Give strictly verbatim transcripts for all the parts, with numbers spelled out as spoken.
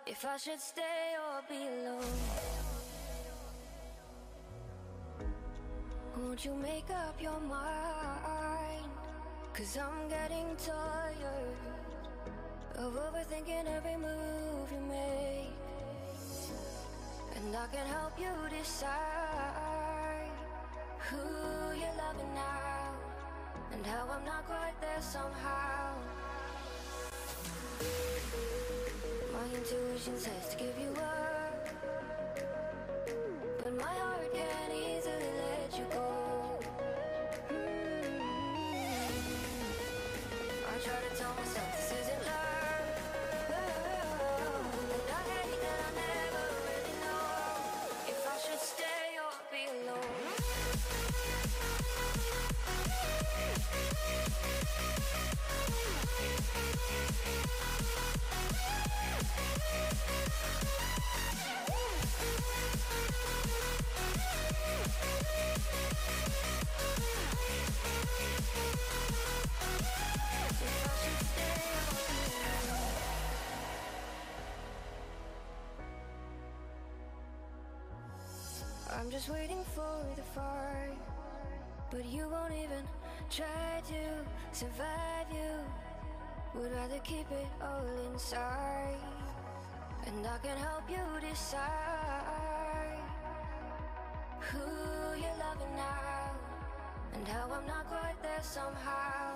if I should stay or be alone. Won't you make up your mind? Cause I'm getting tired of overthinking every move you make. And I can help you decide who you're loving now, and how I'm not quite there somehow. My intuition says to give you up, but my heart can't easily let you go. Mm-hmm. I try to tell myself this isn't love, and I hate that I never really know if I should stay or be alone. I'm just waiting for the fight, but you won't even try to survive. You would rather keep it all inside, and I can help you decide who you're loving now, and how I'm not quite there somehow.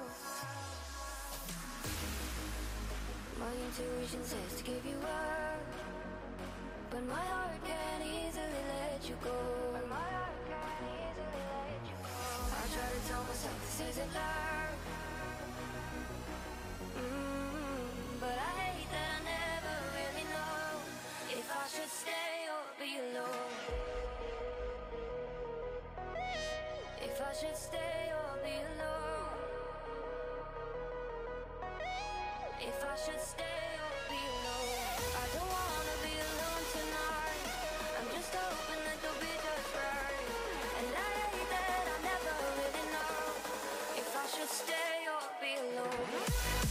My intuition says to give you up, but my heart can't easily let you go. But my heart can't easily let you go. I try to tell myself this isn't love, mm-hmm. But I hate that I never really know if I should stay or be alone. If I should stay or be alone. If I should stay or be alone. I don't wanna be alone tonight. I'm just hoping that you'll be just right. And I hate that I never really know if I should stay or be alone.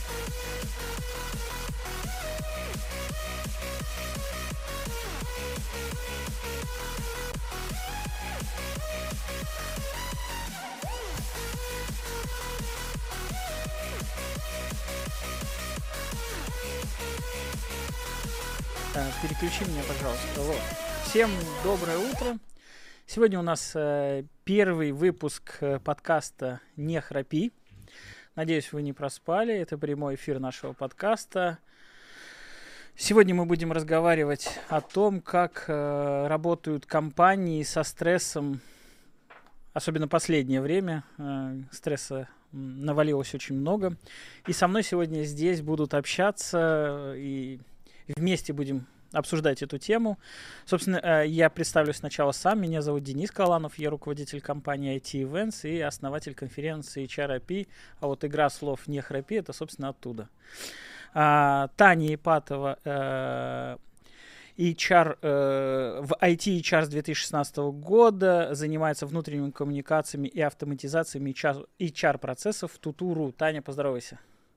Так, переключи меня, пожалуйста. Вот. Всем доброе утро. Сегодня у нас э, первый выпуск э, подкаста «Не храпи». Надеюсь, вы не проспали. Это прямой эфир нашего подкаста. Сегодня мы будем разговаривать о том, как э, работают компании со стрессом, особенно последнее время. Э, стресса навалилось очень много. И со мной сегодня здесь будут общаться и вместе будем обсуждать эту тему. Собственно, я представлю сначала сам. Меня зовут Денис Каланов, я руководитель компании ай ти Events и основатель конференции эйч ар ай пи. А вот игра слов «Не храпи» — это, собственно, оттуда. А, Таня Ипатова, э, эйч ар, э, в ай ти эйч ар с две тысячи шестнадцатого года, занимается внутренними коммуникациями и автоматизациями эйч ар-процессов в Тутуру. Таня, поздоровайся.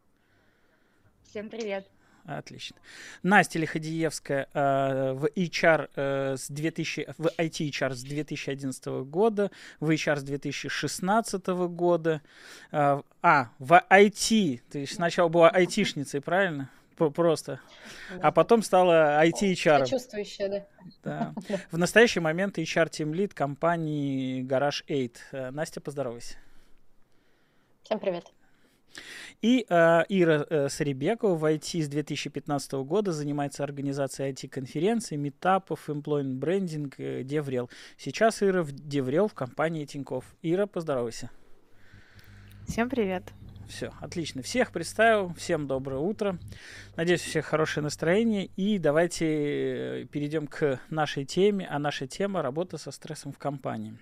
Всем привет. Отлично. Настя Лиходиевская э, в эйч ар э, с две тысячи, в ай ти эйч ар с две тысячи одиннадцатого года, в эйч ар с две тысячи шестнадцатого года. Э, а, в ай ти, ты сначала была айтишницей, правильно? Просто. Да. А потом стала ай ти эйч ар. Сочувствующая, да. Да. В настоящий момент эйч ар Team Lead компании Garage восемь. Настя, поздоровайся. Всем привет. И э, Ира э, Сарибекова в ай ти с две тысячи пятнадцатого года занимается организацией ай ти-конференций, митапов, employment брендинг, э, DevRel. Сейчас Ира в DevRel в компании Тинькофф. Ира, поздоровайся. Всем привет. Все, отлично. Всех представил. Всем доброе утро. Надеюсь, у всех хорошее настроение. И давайте перейдем к нашей теме. А наша тема — работа со стрессом в компании.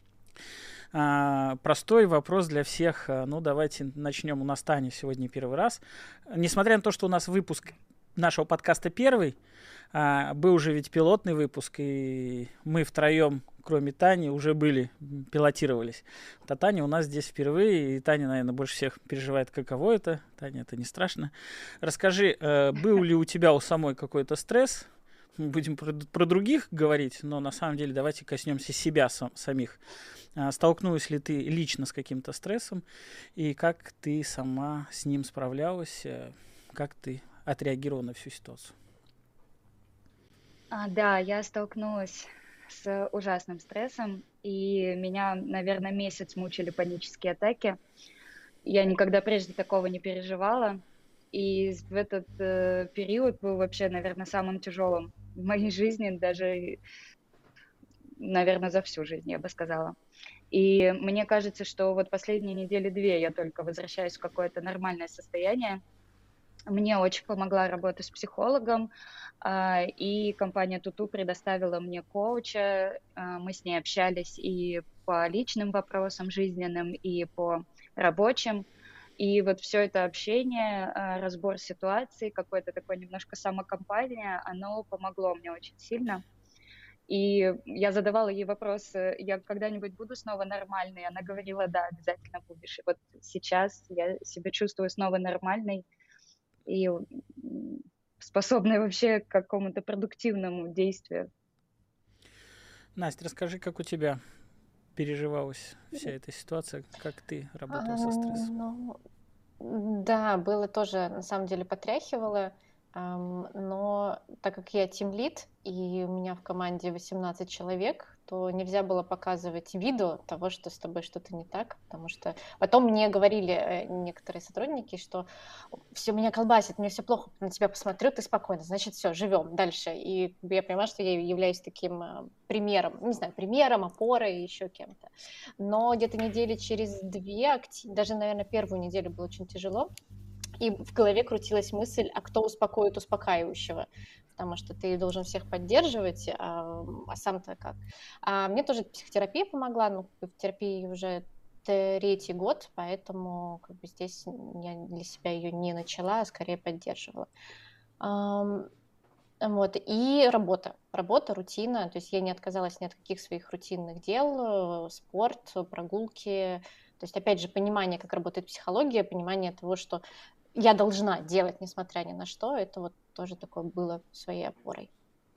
А, простой вопрос для всех. Ну, давайте начнем. У нас Таня сегодня первый раз. Несмотря на то, что у нас выпуск нашего подкаста первый, а, был уже ведь пилотный выпуск, и мы втроем, кроме Тани, уже были, пилотировались. А Таня у нас здесь впервые, и Таня, наверное, больше всех переживает, каково это. Таня, это не страшно. Расскажи, был ли у тебя у самой какой-то стресс мы будем про, про других говорить, но на самом деле давайте коснемся себя сам, самих. А, столкнулась ли ты лично с каким-то стрессом, и как ты сама с ним справлялась, как ты отреагировала на всю ситуацию? А, да, я столкнулась с ужасным стрессом, и меня, наверное, месяц мучили панические атаки. Я никогда прежде такого не переживала, и в этот э, период был вообще, наверное, самым тяжелым в моей жизни, даже, наверное, за всю жизнь, я бы сказала. И мне кажется, что вот последние недели две я только возвращаюсь в какое-то нормальное состояние. Мне очень помогла работа с психологом, и компания Туту предоставила мне коуча. Мы с ней общались и по личным вопросам жизненным, и по рабочим. И вот все это общение, разбор ситуации, какое-то такое немножко самокомпания, оно помогло мне очень сильно. И я задавала ей вопрос, я когда-нибудь буду снова нормальной? Она говорила, да, обязательно будешь. И вот сейчас я себя чувствую снова нормальной и способной вообще к какому-то продуктивному действию. Настя, расскажи, как у тебя переживалась вся эта ситуация, как ты работала со стрессом? Ну, да, было тоже, на самом деле, потряхивало, но так как я тимлид, и у меня в команде восемнадцать человек, то нельзя было показывать видео того, что с тобой что-то не так, потому что потом мне говорили некоторые сотрудники, что все меня колбасит, мне все плохо, на тебя посмотрю, ты спокойно, значит, все, живем дальше. И я понимаю, что я являюсь таким примером, не знаю, примером, опорой, еще кем-то. Но где-то недели через две, даже, наверное, первую неделю было очень тяжело, и в голове крутилась мысль, а кто успокоит успокаивающего? Потому что ты должен всех поддерживать, а, а сам-то как? А мне тоже психотерапия помогла, ну, в терапии уже третий год, поэтому как бы здесь я для себя ее не начала, а скорее поддерживала. А, вот. И работа. Работа, рутина. То есть я не отказалась ни от каких своих рутинных дел, спорт, прогулки. То есть, опять же, понимание, как работает психология, понимание того, что я должна делать, несмотря ни на что, это вот тоже такое было своей опорой.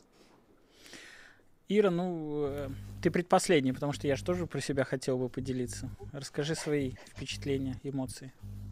Ира, ну, ты предпоследняя, потому что я же тоже про себя хотел бы поделиться. Расскажи свои впечатления, эмоции.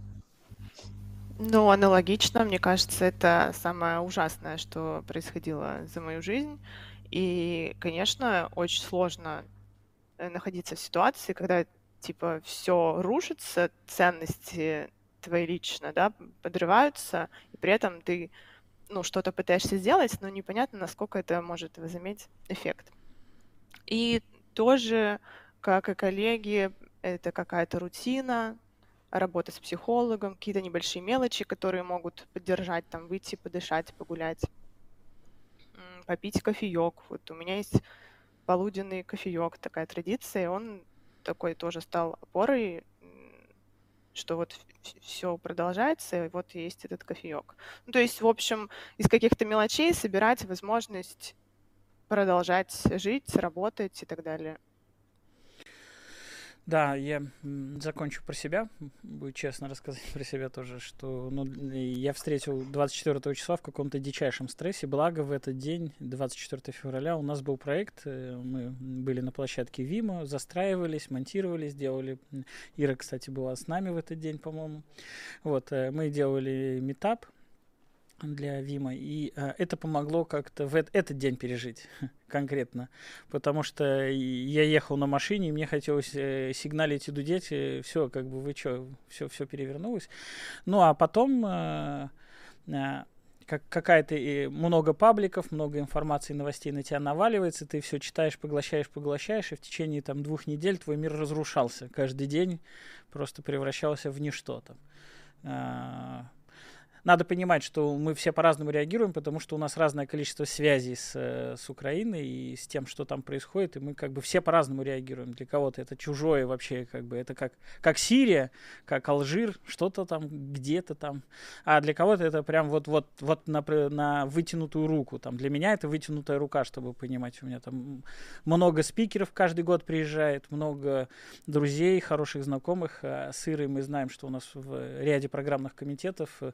Ну, аналогично, мне кажется, это самое ужасное, что происходило за мою жизнь. И, конечно, очень сложно находиться в ситуации, когда, типа, все рушится, ценности твои лично, да, подрываются, и при этом ты, ну, что-то пытаешься сделать, но непонятно, насколько это может возыметь эффект. И тоже, как и коллеги, это какая-то рутина, работа с психологом, какие-то небольшие мелочи, которые могут поддержать, там, выйти, подышать, погулять, попить кофеек. Вот у меня есть полуденный кофеек, такая традиция, и он такой тоже стал опорой, что вот все продолжается, и вот есть этот кофеек. Ну, то есть, в общем, из каких-то мелочей собирать возможность продолжать жить, работать и так далее. Да, я закончу про себя, будет честно рассказать про себя тоже, что ну, я встретил двадцать четвёртого числа в каком-то дичайшем стрессе, благо в этот день, двадцать четвёртого февраля, у нас был проект, мы были на площадке Вима, застраивались, монтировались, делали, Ира, кстати, была с нами в этот день, по-моему, вот, мы делали митап для Вима, и э, это помогло как-то в э- этот день пережить конкретно, потому что я ехал на машине, и мне хотелось э, сигналить и дудеть, и все, как бы вы что, все, все перевернулось. Ну, а потом э, э, как, какая-то э, много пабликов, много информации, новостей на тебя наваливается, ты все читаешь, поглощаешь, поглощаешь, и в течение там двух недель твой мир разрушался. Каждый день просто превращался в ничто там. Э, Надо понимать, что мы все по-разному реагируем, потому что у нас разное количество связей с, с Украиной и с тем, что там происходит, и мы как бы все по-разному реагируем. Для кого-то это чужое вообще, как бы это как, как Сирия, как Алжир, что-то там, где-то там. А для кого-то это прям вот, вот, вот на, на вытянутую руку. Там. Для меня это вытянутая рука, чтобы понимать. У меня там много спикеров каждый год приезжает, много друзей, хороших знакомых. А с Ирой мы знаем, что у нас в ряде программных комитетов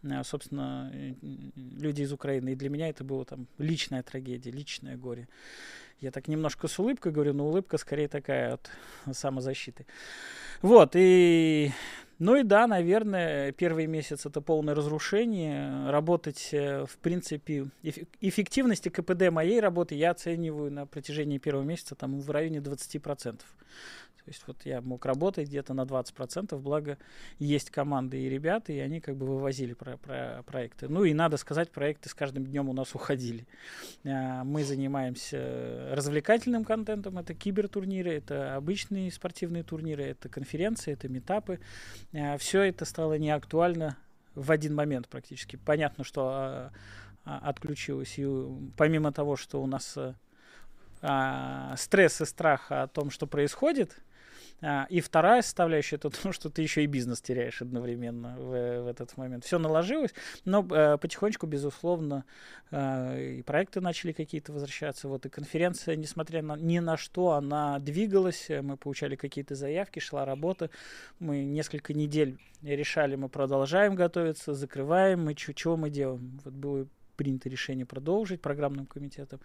собственно, люди из Украины. И для меня это было там личная трагедия, личное горе. Я так немножко с улыбкой говорю, но улыбка скорее такая от самозащиты. Вот, и... Ну и да, наверное, первый месяц это полное разрушение. Работать, в принципе, эффективности КПД моей работы я оцениваю на протяжении первого месяца там в районе двадцать процентов. То есть вот я мог работать где-то на двадцать процентов, благо есть команды и ребята, и они как бы вывозили про, про проекты. Ну и надо сказать, проекты с каждым днем у нас уходили. Мы занимаемся развлекательным контентом, это кибертурниры, это обычные спортивные турниры, это конференции, это митапы. Все это стало неактуально в один момент практически. Понятно, что отключилось, и помимо того, что у нас стресс и страх о том, что происходит, и вторая составляющая — это то, что ты еще и бизнес теряешь одновременно в, в этот момент. Все наложилось, но э, потихонечку, безусловно, э, и проекты начали какие-то возвращаться. Вот и конференция, несмотря на, ни на что, она двигалась. Мы получали какие-то заявки, шла работа. Мы несколько недель решали, мы продолжаем готовиться, закрываем, мы чего мы делаем. Вот было принято решение продолжить программным комитетом.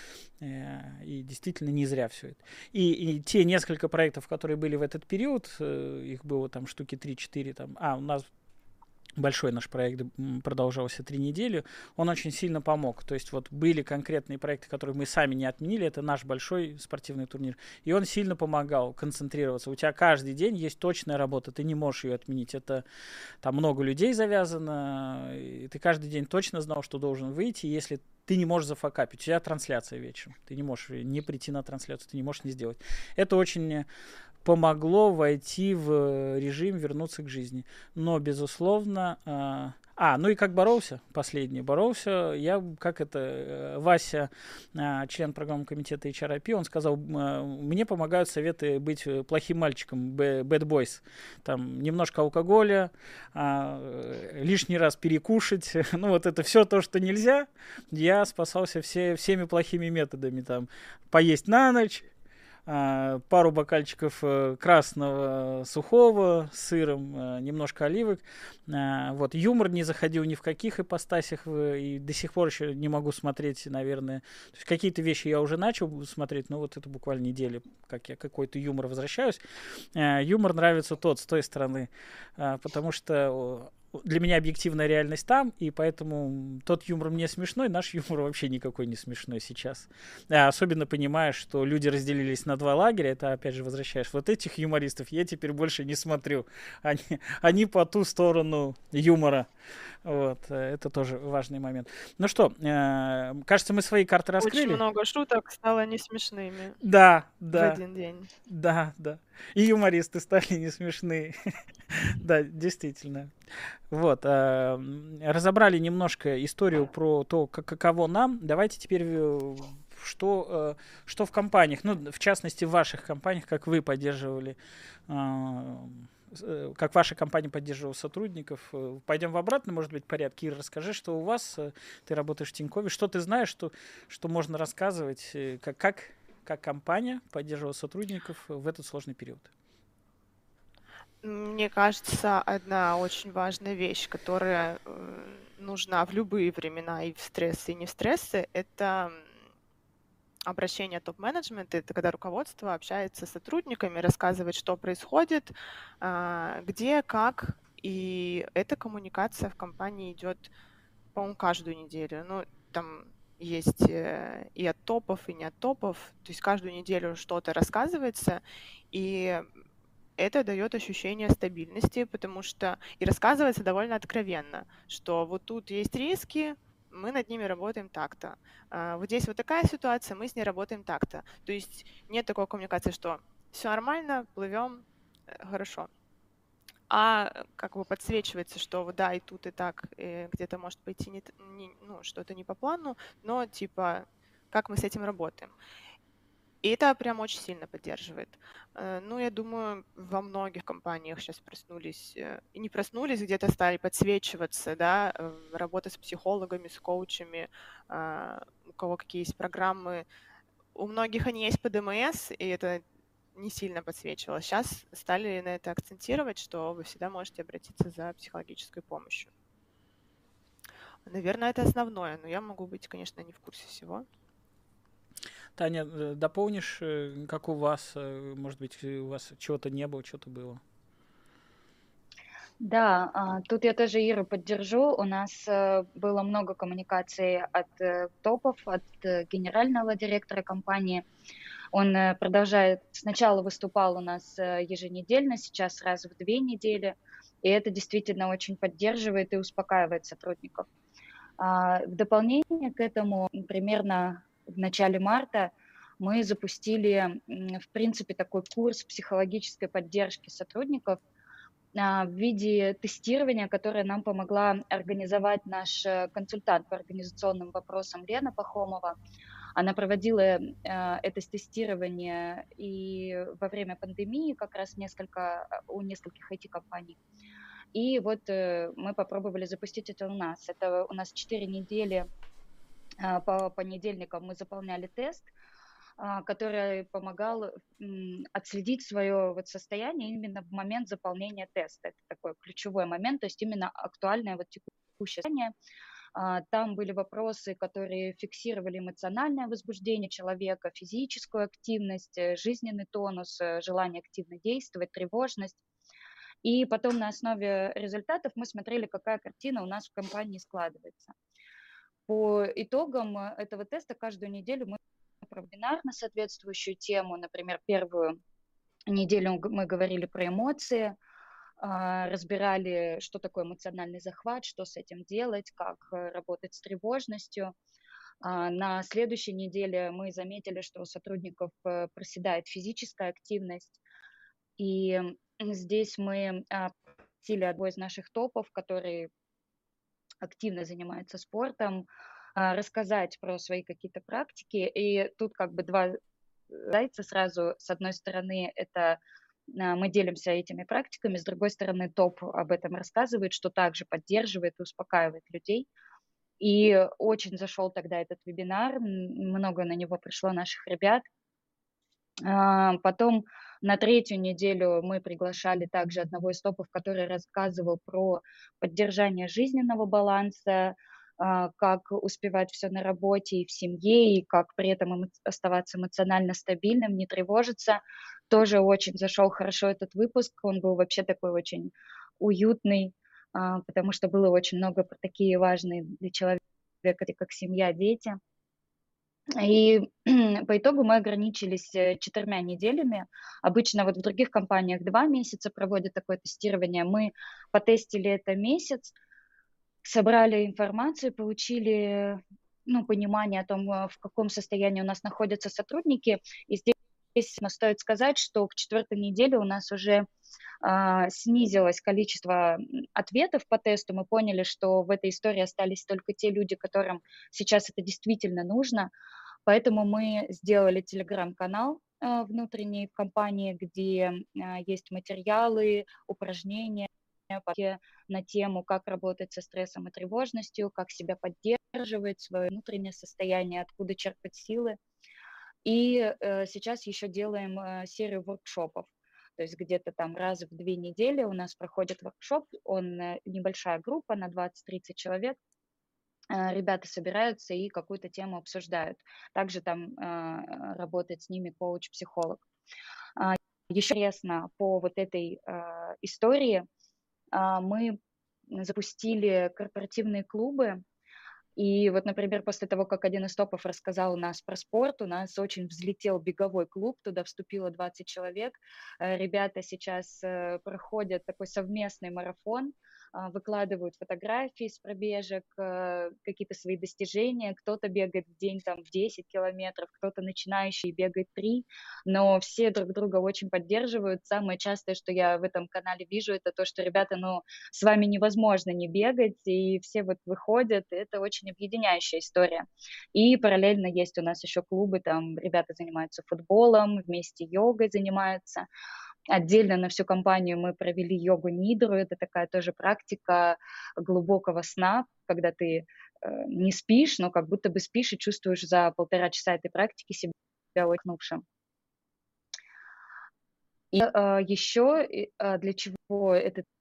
И действительно не зря все это. И, и те несколько проектов, которые были в этот период, их было там штуки три-четыре. Там, а, у нас большой наш проект продолжался три недели, он очень сильно помог. То есть вот были конкретные проекты, которые мы сами не отменили, это наш большой спортивный турнир, и он сильно помогал концентрироваться. У тебя каждый день есть точная работа, ты не можешь ее отменить. Это там много людей завязано, и ты каждый день точно знал, что должен выйти, если ты не можешь зафакапить. У тебя трансляция вечером, ты не можешь не прийти на трансляцию, ты не можешь не сделать. Это очень помогло войти в режим, вернуться к жизни. Но, безусловно... Э, а, ну и как боролся? Последний боролся. Я, как это, Вася, э, член программного комитета эйч ар ай пи, он сказал, мне помогают советы быть плохим мальчиком, bad boys. Там немножко алкоголя, э, лишний раз перекушать. Ну вот это все то, что нельзя. Я спасался все, всеми плохими методами. Там поесть на ночь, пару бокальчиков красного сухого с сыром, немножко оливок. Вот. Юмор не заходил ни в каких ипостасях, и до сих пор еще не могу смотреть, наверное. То есть какие-то вещи я уже начал смотреть, но вот это буквально неделя, как я какой-то юмор возвращаюсь. Юмор нравится тот, с той стороны, потому что для меня объективная реальность там, и поэтому тот юмор мне смешной, наш юмор вообще никакой не смешной сейчас. А особенно понимая, что люди разделились на два лагеря, это опять же возвращаешь. Вот этих юмористов я теперь больше не смотрю. Они, они по ту сторону юмора. Вот, это тоже важный момент. Ну что, э, кажется, мы свои карты раскрыли. Очень много шуток стало не смешными. Да, да. В один день. Да, да. И юмористы стали не смешные. Да, действительно. Вот. Разобрали немножко историю про то, каково нам. Давайте теперь что, что в компаниях, ну, в частности, в ваших компаниях, как вы поддерживали, как ваша компания поддерживала сотрудников. Пойдем в обратном, может быть, порядке. Ира, расскажи, что у вас, ты работаешь в Тинькове, что ты знаешь, что, что можно рассказывать, как, как, как компания поддерживала сотрудников в этот сложный период? Мне кажется, одна очень важная вещь, которая нужна в любые времена, и в стрессы, и не в стрессы, это обращение топ-менеджмента. Это когда руководство общается с сотрудниками, рассказывает, что происходит, где, как. И эта коммуникация в компании идет, по-моему, каждую неделю. Ну, там есть и от топов, и не от топов. То есть каждую неделю что-то рассказывается, и это дает ощущение стабильности, потому что и рассказывается довольно откровенно, что вот тут есть риски, мы над ними работаем так-то. Вот здесь вот такая ситуация, мы с ней работаем так-то. То есть нет такой коммуникации, что все нормально, плывем, хорошо. А как бы подсвечивается, что да, и тут, и так, и где-то может пойти не, не, ну, что-то не по плану, но типа как мы с этим работаем. И это прям очень сильно поддерживает. Ну, я думаю, во многих компаниях сейчас проснулись, и не проснулись, где-то стали подсвечиваться, да, работа с психологами, с коучами, у кого какие есть программы. У многих они есть по ДМС, и это не сильно подсвечивалось. Сейчас стали на это акцентировать, что вы всегда можете обратиться за психологической помощью. Наверное, это основное, но я могу быть, конечно, не в курсе всего. Таня, э, дополнишь, э, как у вас, э, может быть, э, у вас чего-то не было, что-то было? Да, а, тут я тоже Иру поддержу. У нас э, было много коммуникаций от э, топов, от э, генерального директора компании. Он э, продолжает, сначала выступал у нас э, еженедельно, сейчас раз в две недели, и это действительно очень поддерживает и успокаивает сотрудников. А, В дополнение к этому, м, примерно в начале марта мы запустили, м, в принципе, такой курс психологической поддержки сотрудников а, в виде тестирования, которое нам помогла организовать наш э, консультант по организационным вопросам Лена Пахомова. Она проводила э, это тестирование и во время пандемии, как раз несколько, э, у нескольких ай ти-компаний. И вот э, мы попробовали запустить это у нас. Это у нас четыре недели а, по понедельникам мы заполняли тест, а, который помогал м, отследить свое вот состояние именно в момент заполнения теста. Это такой ключевой момент, то есть именно актуальное вот текущее состояние. А, Там были вопросы, которые фиксировали эмоциональное возбуждение человека, физическую активность, э, жизненный тонус, э, желание активно действовать, тревожность. И потом на основе результатов мы смотрели, какая картина у нас в компании складывается. По итогам э, этого теста каждую неделю мы проводим вебинар на соответствующую тему. Например, первую неделю мы говорили про эмоции, а, разбирали, что такое эмоциональный захват, что с этим делать, как э, работать с тревожностью. А, На следующей неделе мы заметили, что у сотрудников э, проседает физическая активность. И м, здесь мы а, попросили одного из наших топов, который активно занимается спортом, а, рассказать про свои какие-то практики. И тут как бы два зайца сразу. С одной стороны, это а, мы делимся этими практиками, с другой стороны, топ об этом рассказывает, что также поддерживает и успокаивает людей. И очень зашел тогда этот вебинар, м, много на него пришло наших ребят. А, Потом на третью неделю мы приглашали также одного из топов, который рассказывал про поддержание жизненного баланса, а, как успевать все на работе и в семье, и как при этом эмо- оставаться эмоционально стабильным, не тревожиться. Тоже очень зашел хорошо этот выпуск, он был вообще такой очень уютный, а, потому что было очень много про такие важные для человека, как семья, дети. И по итогу мы ограничились э, четырьмя неделями. Обычно вот в других компаниях два месяца проводят такое тестирование. Мы потестили это месяц, собрали информацию, получили ну, понимание о том, э, в каком состоянии у нас находятся сотрудники. И здесь но стоит сказать, что к четвертой неделе у нас уже а, снизилось количество м, ответов по тесту. Мы поняли, что в этой истории остались только те люди, которым сейчас это действительно нужно. Поэтому мы сделали телеграм-канал а, внутренний в компании, где а, есть материалы, упражнения на тему, как работать со стрессом и тревожностью, как себя поддерживать, свое внутреннее состояние, откуда черпать силы. И э, сейчас еще делаем э, серию воркшопов. То есть где-то там раз в две недели у нас проходит воркшоп, он э, небольшая группа на двадцать-тридцать человек. Э, Ребята собираются и какую-то тему обсуждают. Также там э, работает с ними коуч-психолог. А, Еще интересно по вот этой э, истории а, мы запустили корпоративные клубы. И вот, например, после того, как один из топов рассказал у нас про спорт, у нас очень взлетел беговой клуб, туда вступило двадцать человек. Э, Ребята сейчас э, проходят такой совместный марафон, а, выкладывают фотографии с пробежек, э, какие-то свои достижения. Кто-то бегает в день там десять километров, кто-то начинающий бегает три, но все друг друга очень поддерживают. Самое частое, что я в этом канале вижу, это то, что ребята, ну, с вами невозможно не бегать, и все вот выходят, и это очень объединяющая история. И параллельно есть у нас еще клубы, там ребята занимаются футболом, вместе йогой занимаются. Отдельно на всю компанию мы провели йогу-нидру, это такая тоже практика глубокого сна, когда ты э, не спишь, но как будто бы спишь и чувствуешь за полтора часа этой практики себя отдохнувшим. И э, еще э, для чего этот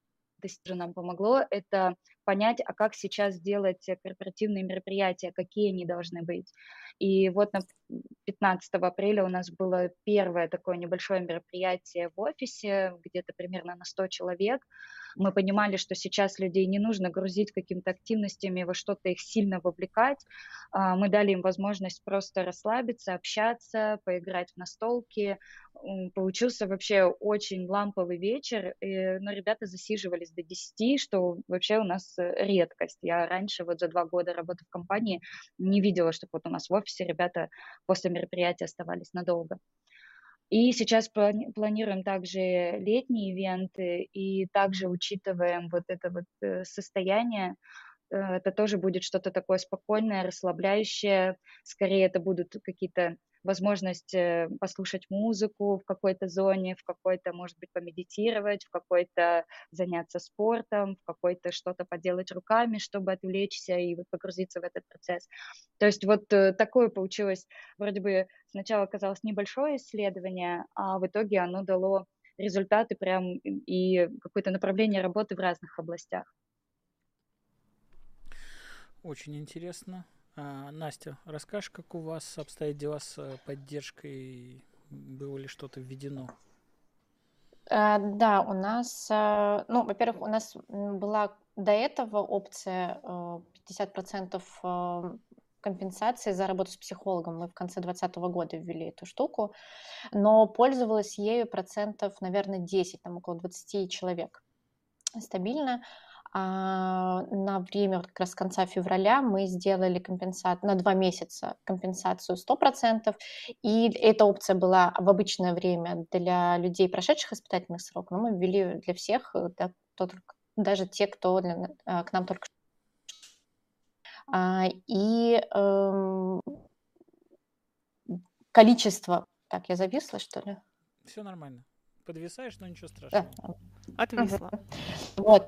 тоже нам помогло, это понять, а как сейчас делать корпоративные мероприятия, какие они должны быть. И вот на пятнадцатого апреля у нас было первое такое небольшое мероприятие в офисе, где-то примерно на сто человек. Мы понимали, что сейчас людей не нужно грузить какими-то активностями, во что-то их сильно вовлекать. А, Мы дали им возможность просто расслабиться, общаться, поиграть в настолки. М, Получился вообще очень ламповый вечер, и- но ребята засиживались до десяти, что вообще у нас э, редкость. Я раньше, вот за два года работы в компании, не видела, чтобы вот у нас в офисе ребята после мероприятия оставались надолго. И сейчас плани- планируем также летние ивенты, и также учитываем вот это вот э, состояние. Э, Это тоже будет что-то такое спокойное, расслабляющее. Скорее это будут какие-то возможность э, послушать музыку в какой-то зоне, в какой-то, может быть, помедитировать, в какой-то заняться спортом, в какой-то что-то поделать руками, чтобы отвлечься и вот погрузиться в этот процесс. То есть вот э, такое получилось, вроде бы сначала казалось небольшое исследование, а в итоге оно дало результаты прям и какое-то направление работы в разных областях. Очень интересно. А, Настя, расскажешь, как у вас обстоят дела с э, поддержкой? Было ли что-то введено? А, Да, у нас, а, ну, во-первых, у нас м, была до этого опция э, пятьдесят процентов а, компенсации за работу с психологом. Мы в конце двадцатого года ввели эту штуку, но пользовалась ею процентов, наверное, десять, там около двадцать человек стабильно. А на время вот как раз с конца февраля мы сделали компенсацию на два месяца компенсацию сто процентов, и эта опция была в обычное время для людей, прошедших испытательный срок, но мы ввели для всех, э, да, кто только- даже те, кто для- а, к нам только что. А, И эм, количество... Так, я зависла, что ли? Все нормально. Подвисаешь, но ничего Да. страшного. Отвисла. Вот.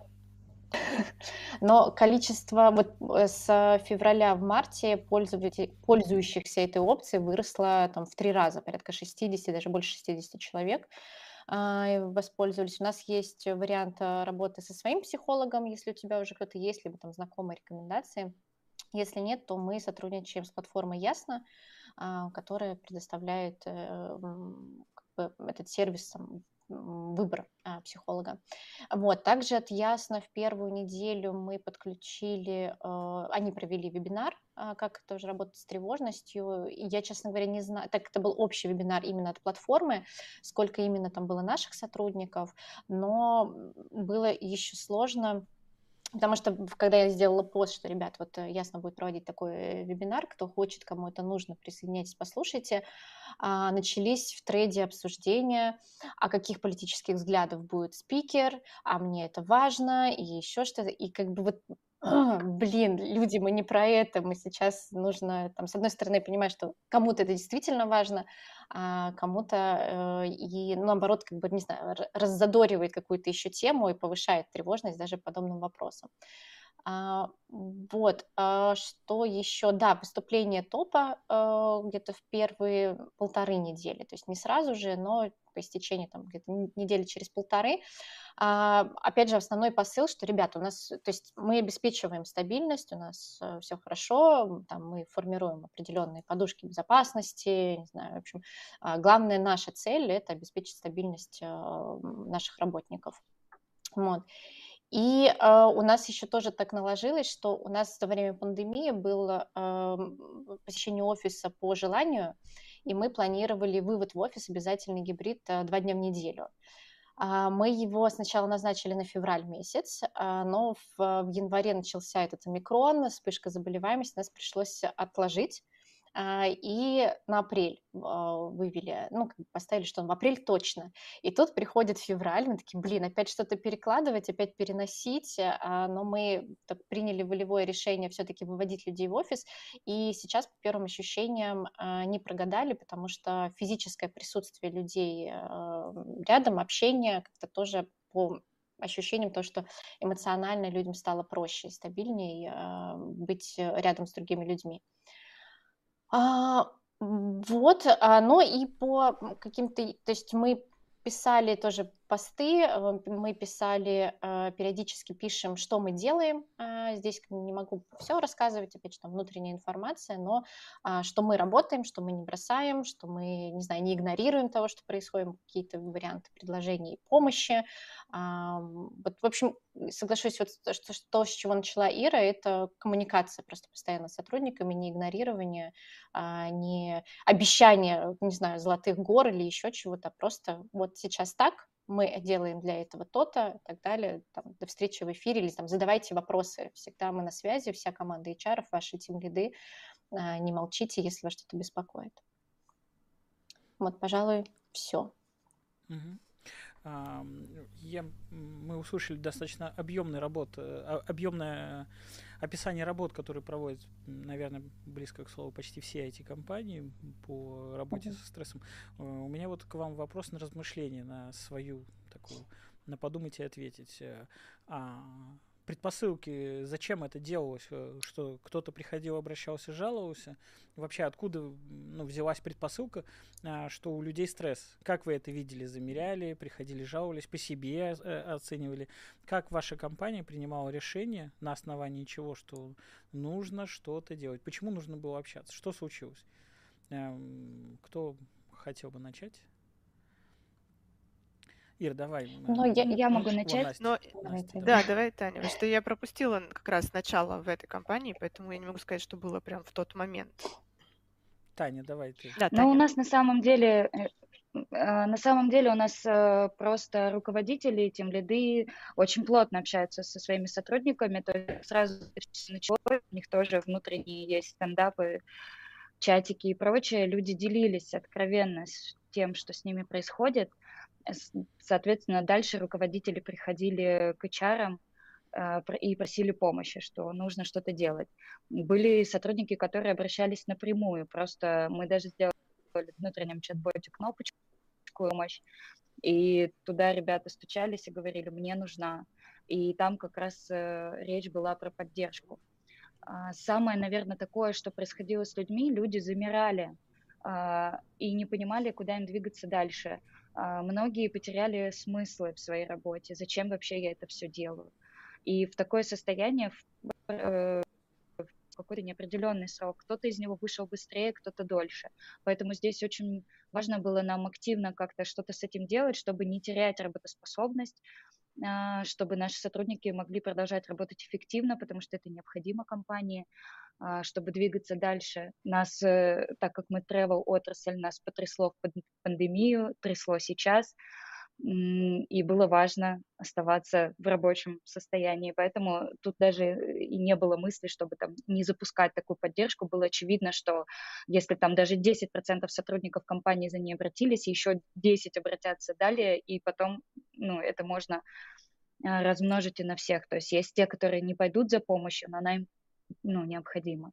Но количество вот э, с февраля в марте пользователей, пользующихся этой опцией выросло там в три раза, порядка шестьдесят, даже больше шестидесяти человек а, и воспользовались. У нас есть вариант а, работы со своим психологом, если у тебя уже кто-то есть, либо там знакомые рекомендации. Если нет, то мы сотрудничаем с платформой Ясно, а, которая предоставляет э, м, как бы этот сервис там, м, выбор а, психолога. Вот. Также от Ясно в первую неделю мы подключили, э, они провели вебинар, а, как тоже работать с тревожностью. И я, честно говоря, не знаю, так это был общий вебинар именно от платформы, сколько именно там было наших сотрудников, но м, было еще сложно. Потому что, в- когда я сделала пост, что, ребят, вот э, Ясно будет проводить такой э, вебинар, кто хочет, кому это нужно, присоединяйтесь, послушайте, а, начались в трейде обсуждения, а каких политических взглядов будет спикер, а мне это важно, и еще что-то. И как бы вот, блин, люди, мы не про это, мы сейчас нужно, там, с одной стороны, я понимаю, что кому-то это действительно важно, а кому-то э, и, ну, наоборот, как бы, не знаю, р- раззадоривает какую-то еще тему и повышает тревожность даже по подобным вопросам. А, вот, а, что еще? Да, поступление топа э, где-то в первые полторы недели, то есть не сразу же, но по истечении там где-то н- недели через полторы. А, опять же, основной посыл, что, ребята, у нас, то есть мы обеспечиваем стабильность, у нас все хорошо, там мы формируем определенные подушки безопасности, не знаю, в общем, а, главная наша цель – это обеспечить стабильность а, наших работников. Вот. И э, у нас еще тоже так наложилось, что у нас во время пандемии было э, посещение офиса по желанию, и мы планировали вывод в офис, обязательный гибрид, э, два дня в неделю. А, Мы его сначала назначили на февраль месяц, а, но в, в январе начался этот омикрон, вспышка заболеваемости, нас пришлось отложить. а, И на апрель а, вывели, ну, как бы поставили, что в апрель точно. И тут приходит февраль, мы такие, блин, опять что-то перекладывать, опять переносить, а, но мы так приняли волевое решение все-таки выводить людей в офис, и сейчас, по первым ощущениям, а, не прогадали, потому что физическое присутствие людей а, рядом, общение как-то тоже по ощущениям, то, что эмоционально людям стало проще и стабильнее а, быть рядом с другими людьми. А, м, вот, а, ну и по м, каким-то, то есть мы писали тоже посты, э, мы писали, э, периодически пишем, что мы делаем. Э, Здесь не могу все рассказывать, опять же, там внутренняя информация, но а, что мы работаем, что мы не бросаем, что мы, не знаю, не игнорируем того, что происходит, какие-то варианты предложений помощи. А, Вот, в общем, соглашусь, вот то, что, то, с чего начала Ира, это коммуникация просто постоянно с сотрудниками, не игнорирование, а, не обещание, не знаю, золотых гор или еще чего-то, просто вот сейчас так, мы делаем для этого то-то, и так далее, там, до встречи в эфире, или там задавайте вопросы, всегда мы на связи, вся команда эйч ар, ваши тимлиды, а, не молчите, если вас что-то беспокоит. Вот, пожалуй, все. Мгм. А, я, мы услышали достаточно объемный работ, э, а- объемное описание работ, которые проводят, м, наверное, близко к слову, почти все ай ти-компании по работе Мгм. со стрессом. Э, У меня вот к вам вопрос на размышление, на свою такую, на подумать и ответить. Э, а, Предпосылки, зачем это делалось, э, что кто-то приходил, обращался, жаловался, и вообще откуда м, ну, взялась предпосылка, а, что у людей стресс. Как вы это видели, замеряли, приходили, жаловались, по себе э, оценивали? Как ваша компания принимала решение, на основании чего, что нужно что-то делать? Почему нужно было общаться? Что случилось? Эм, Кто хотел бы начать? Ир, давай. Ну, э, я, Я я могу могу. О, начать. Настя. Но Давай, Настя, Таня. давай. да, давай, Таня, потому что я пропустила как раз начало в этой компании, поэтому я не могу сказать, что было прям в тот момент. Таня, давай ты. Да, Но у Таня. нас на самом деле, э, э, на самом деле у нас э, просто руководители, тимлиды очень плотно общаются со своими сотрудниками, то есть сразу началось, у них тоже внутренние есть стендапы, чатики и прочее, люди делились откровенно с тем, что с ними происходит. С- Соответственно, дальше руководители приходили к эйч ар а, пр- и просили помощи, что нужно что-то делать. Были сотрудники, которые обращались напрямую, просто мы даже сделали в внутреннем чат-боте кнопочку «Помощь», и туда ребята стучались и говорили: «Мне нужна». И там как раз э, речь была про поддержку. А, Самое, наверное, такое, что происходило с людьми, люди замирали а, и не понимали, куда им двигаться дальше. А, Многие потеряли смыслы в своей работе. Зачем вообще я это все делаю? И в такое состояние в э, в какой-то неопределенный срок. Кто-то из него вышел быстрее, кто-то дольше. Поэтому здесь очень важно было нам активно как-то что-то с этим делать, чтобы не терять работоспособность, а, чтобы наши сотрудники могли продолжать работать эффективно, потому что это необходимо компании, а, чтобы двигаться дальше. Нас, э, так как мы travel отрасль, нас потрясло в пан- пандемию, трясло сейчас, м, и было важно оставаться в рабочем состоянии. Поэтому тут даже э, и не было мысли, чтобы там не запускать такую поддержку. Было очевидно, что если там даже десять процентов сотрудников компании за ней обратились, еще десять обратятся далее, и потом, ну, это можно а, размножить и на всех. То есть есть те, которые не пойдут за помощью, но она им, ну, необходима.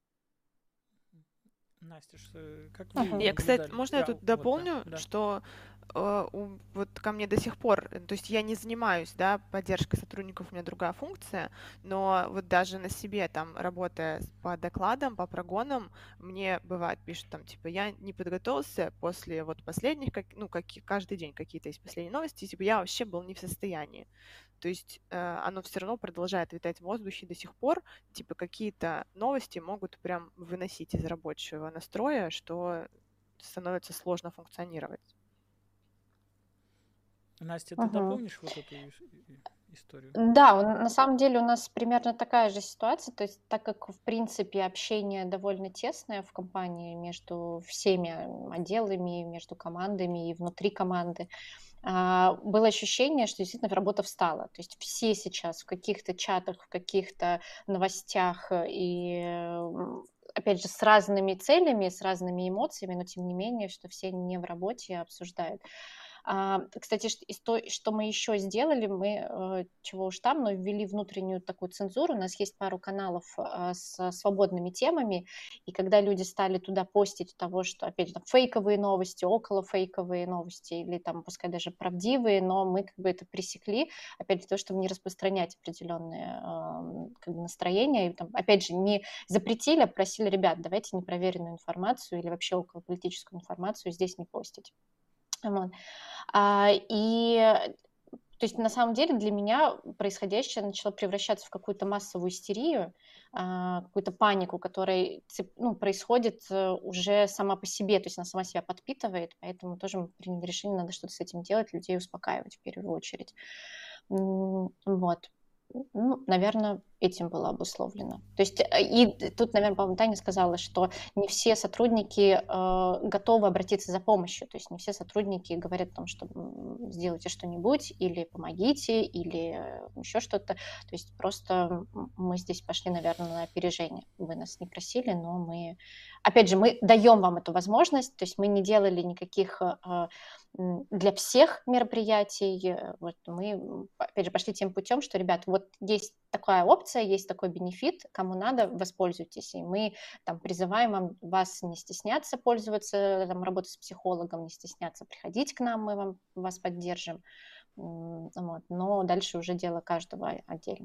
Настя, что- как вы Мгм. Я, кстати, наблюдали? можно я А, тут вот, да, дополню, да. что э, у- вот ко мне до сих пор, э, то есть я не занимаюсь, да, поддержкой сотрудников, у меня другая функция, но вот даже на себе, там, работая с- по докладам, по прогонам, мне бывает, пишут там, типа, я не подготовился после вот последних, как, ну, как, каждый день какие-то есть последние новости, типа, я вообще был не в состоянии. То есть э, оно все равно продолжает витать в воздухе до сих пор. Типа какие-то новости могут прям выносить из рабочего настроя, что становится сложно функционировать. Настя, ты Мгм. дополнишь вот эту ис- и- историю? Да, у- на самом деле у нас примерно такая же ситуация, то есть так как, в принципе, общение довольно тесное в компании между всеми м, отделами, между командами и внутри команды, а, было ощущение, что действительно работа встала. То есть все сейчас в каких-то чатах, в каких-то новостях э, и, м, опять же, с разными целями, с разными эмоциями, но тем не менее, что все не в работе, а обсуждают. А, Кстати, ш- из то- что мы еще сделали, мы, э, чего уж там, но ввели внутреннюю такую цензуру. У нас есть пару каналов а, с свободными темами, и когда люди стали туда постить того, что, опять же, там, фейковые новости, около фейковые новости, или там, пускай даже правдивые, но мы как бы это пресекли, опять для того, чтобы не распространять определенные ам, как бы настроения, и там, опять же, не запретили, а просили ребят, давайте непроверенную информацию или вообще околополитическую информацию здесь не постить. Вот. А, И То есть на самом деле для меня происходящее начало превращаться в какую-то массовую истерию, а, какую-то панику, которая цеп- ну, происходит э, уже сама по себе, то есть она сама себя подпитывает, поэтому тоже мы приняли решение, надо что-то с этим делать, людей успокаивать в первую очередь. М, Вот. Ну, наверное, этим было обусловлено. То есть, э, и тут, наверное, по-моему, Таня сказала, что не все сотрудники э, готовы обратиться за помощью. То есть не все сотрудники говорят о том, что м, сделайте что-нибудь, или помогите, или э, еще что-то. То есть просто м, мы здесь пошли, наверное, на опережение. Вы нас не просили, но мы... Опять же, мы даем вам эту возможность, то есть мы не делали никаких э, м, для всех мероприятий. э, Вот мы, м, опять же, пошли тем путем, что, ребят, вот есть такая опция, есть такой бенефит, кому надо, воспользуйтесь. И мы там призываем вам- вас не стесняться пользоваться, там, работать с психологом, не стесняться приходить к нам, мы вам, вас поддержим. М, Вот. Но дальше уже дело каждого отдельно.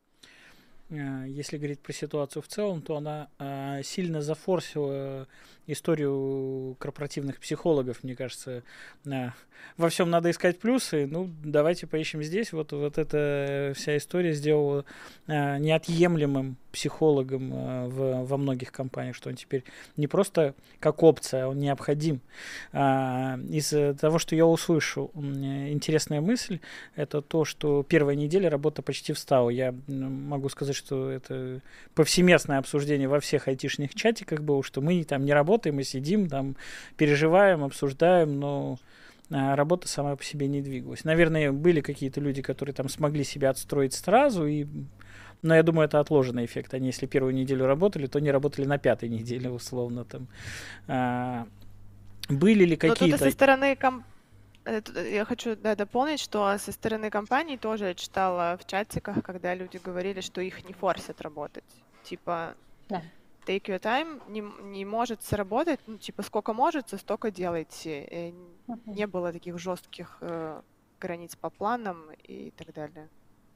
Э, Если говорить про ситуацию в целом, то она э, сильно зафорсила историю корпоративных психологов, мне кажется. Э, Во всем надо искать плюсы. Ну, давайте поищем здесь. Вот, вот эта вся история сделала э, неотъемлемым психологом э, в, во многих компаниях, что он теперь не просто как опция, а он необходим. А, из того, что я услышу, м, интересная мысль, это то, что первая неделя работа почти встала. Я м, могу сказать, что это повсеместное обсуждение во всех айтишных чатиках было, что мы там не работаем, мы сидим, там переживаем, обсуждаем, но а, работа сама по себе не двигалась. Наверное, были какие-то люди, которые там смогли себя отстроить сразу, и... но я думаю, это отложенный эффект. Они, если первую неделю работали, то не работали на пятой неделе, условно. Там. А, были ли Но тут и какие-то... со стороны ком- э, тут я хочу да, дополнить, что со стороны компаний тоже я читала в чатиках, когда люди говорили, что их не форсят работать. Типа, Да. take your time не, м- не может сработать, ну, типа, сколько можете, столько делайте. И Мгм. не было таких жестких э, границ по планам и так далее.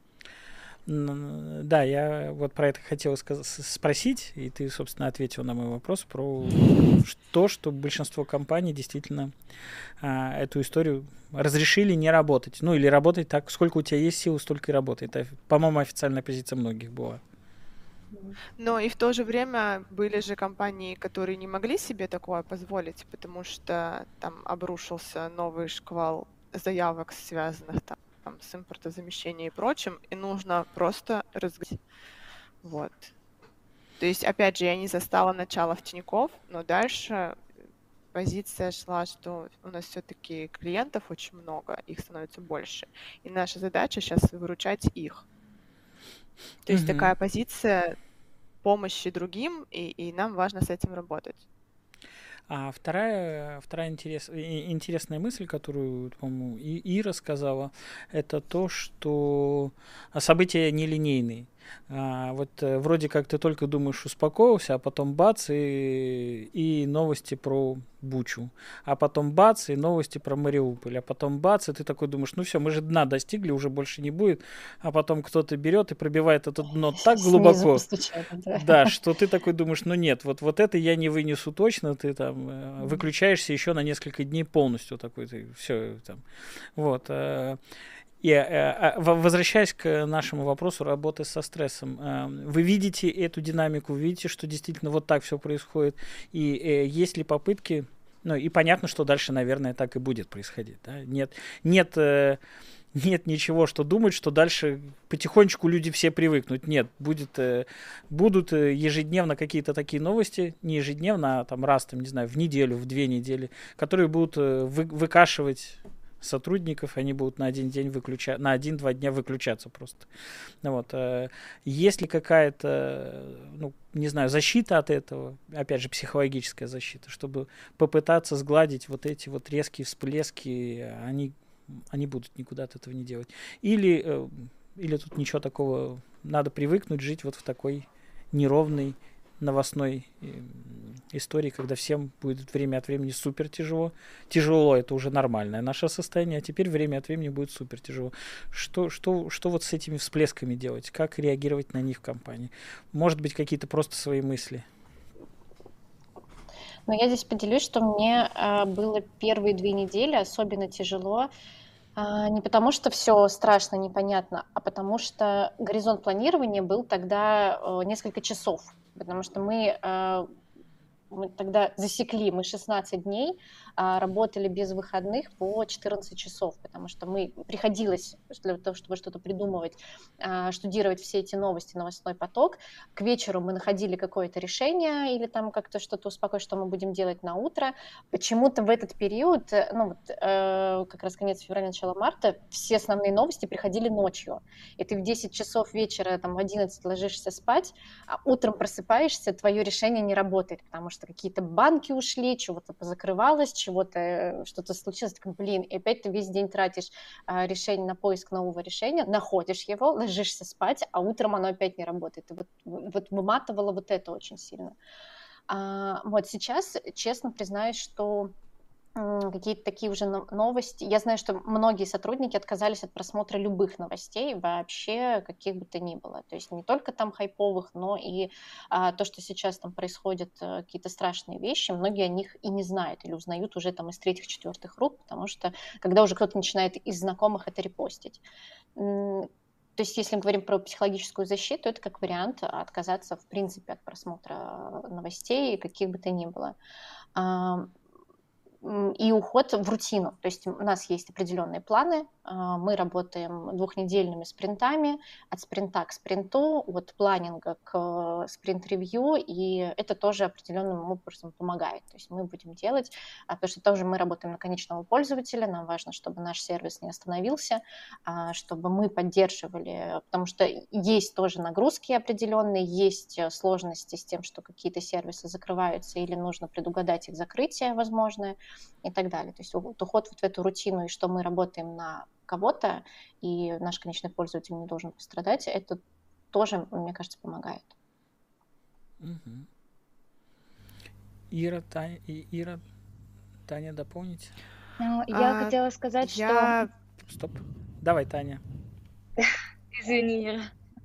Н- Да, я вот про это хотел сказ- с- спросить, и ты, собственно, ответил на мой вопрос про ш- то, что большинство компаний действительно а, эту историю разрешили не работать. Ну, или работать так, сколько у тебя есть сил, столько и работай. Это, по-моему, официальная позиция многих была. Но и в то же время были же компании, которые не могли себе такое позволить, потому что там обрушился новый шквал заявок, связанных там, там, с импортозамещением и прочим, и нужно просто разгрузить. Вот. То есть, опять же, я не застала начало в Тинькофф, но дальше позиция шла, что у нас все-таки клиентов очень много, их становится больше. И наша задача сейчас выручать их. То есть Мгм. такая позиция помощи другим, и, и нам важно с этим работать. А вторая, вторая интерес, и- интересная мысль, которую, по-моему, И- Ира сказала, это то, что события нелинейные. А, вот э, вроде как ты только думаешь, успокоился, а потом бац, и, и новости про Бучу. А потом бац, и новости про Мариуполь. А потом бац, и ты такой думаешь, ну все, мы же дна достигли, уже больше не будет. А потом кто-то берет и пробивает это дно так Снизу глубоко, постучали, да. да, что ты такой думаешь, ну нет, вот, вот это я не вынесу точно, ты там э, Мгм. выключаешься еще на несколько дней полностью такой, ты все там, вот. э, И э, э, в- возвращаясь к нашему вопросу работы со стрессом, э, вы видите эту динамику, вы видите, что действительно вот так все происходит, и э, есть ли попытки, ну и понятно, что дальше, наверное, так и будет происходить, да? Нет, нет, э, нет ничего, что думать, что дальше потихонечку люди все привыкнут. Нет, будет, э, будут э, ежедневно какие-то такие новости, не ежедневно, а там раз, там, не знаю, в неделю, в две недели, которые будут э, вы- выкашивать сотрудников, они будут на один день выключать, на один-два дня выключаться просто. Ну вот, э, есть ли какая-то, э, ну, не знаю, защита от этого, опять же, психологическая защита, чтобы попытаться сгладить вот эти вот резкие всплески, они, они будут никуда от этого не делать. Или, э, или тут ничего такого, надо привыкнуть жить вот в такой неровной новостной э, истории, когда всем будет время от времени супер тяжело. Тяжело — это уже нормальное наше состояние, а теперь время от времени будет супер тяжело. Что, что, что вот с этими всплесками делать? Как реагировать на них в компании? Может быть, какие-то просто свои мысли? Но я здесь поделюсь, что мне а, было первые две недели особенно тяжело А, Не потому, что все страшно, непонятно, а потому что горизонт планирования был тогда э, несколько часов, потому что мы э, мы тогда засекли, мы шестнадцать дней а, работали без выходных по четырнадцать часов, потому что мы приходилось для того, чтобы что-то придумывать, а, штудировать все эти новости, новостной поток. К вечеру мы находили какое-то решение или там как-то что-то успокоить, что мы будем делать на утро. Почему-то в этот период, э, ну вот э, как раз конец февраля, начало марта, все основные новости приходили ночью. И ты в десять часов вечера, там в одиннадцать ложишься спать, а утром просыпаешься, твое решение не работает, потому что какие-то банки ушли, чего-то позакрывалось, чего-то, э, что-то случилось, такой, блин, и опять ты весь день тратишь а, решение на поиск нового решения, находишь его, ложишься спать, а утром оно опять не работает. И вот, вот выматывало вот это очень сильно. А, вот сейчас, честно признаюсь, что м, какие-то такие уже но- новости. Я знаю, что многие сотрудники отказались от просмотра любых новостей, вообще каких бы то ни было. То есть не только там хайповых, но и а, то, что сейчас там происходят, э, какие-то страшные вещи, многие о них и не знают или узнают уже там из третьих, четвертых рук, потому что когда уже кто-то начинает из знакомых это репостить. М, То есть, если мы говорим про психологическую защиту, это как вариант отказаться, в принципе, от просмотра новостей, каких бы то ни было. А, м, И уход в рутину. То есть у нас есть определенные планы, а, мы работаем двухнедельными спринтами, от спринта к спринту, от планинга к спринт-ревью, и это тоже определенным образом помогает. То есть мы будем делать, а, потому что тоже мы работаем на конечного пользователя, нам важно, чтобы наш сервис не остановился, а, чтобы мы поддерживали, потому что есть тоже нагрузки определенные, есть э, сложности с тем, что какие-то сервисы закрываются или нужно предугадать их закрытие возможное и так далее. То есть вот уход вот в эту рутину, и что мы работаем на кого-то, и наш конечный пользователь не должен пострадать, это тоже, мне кажется, помогает. Мгм. Ира, Таня, и- Ира, Таня, дополните? Ну, я А, хотела сказать, что... я Стоп. Давай, Таня. Извини, Ира.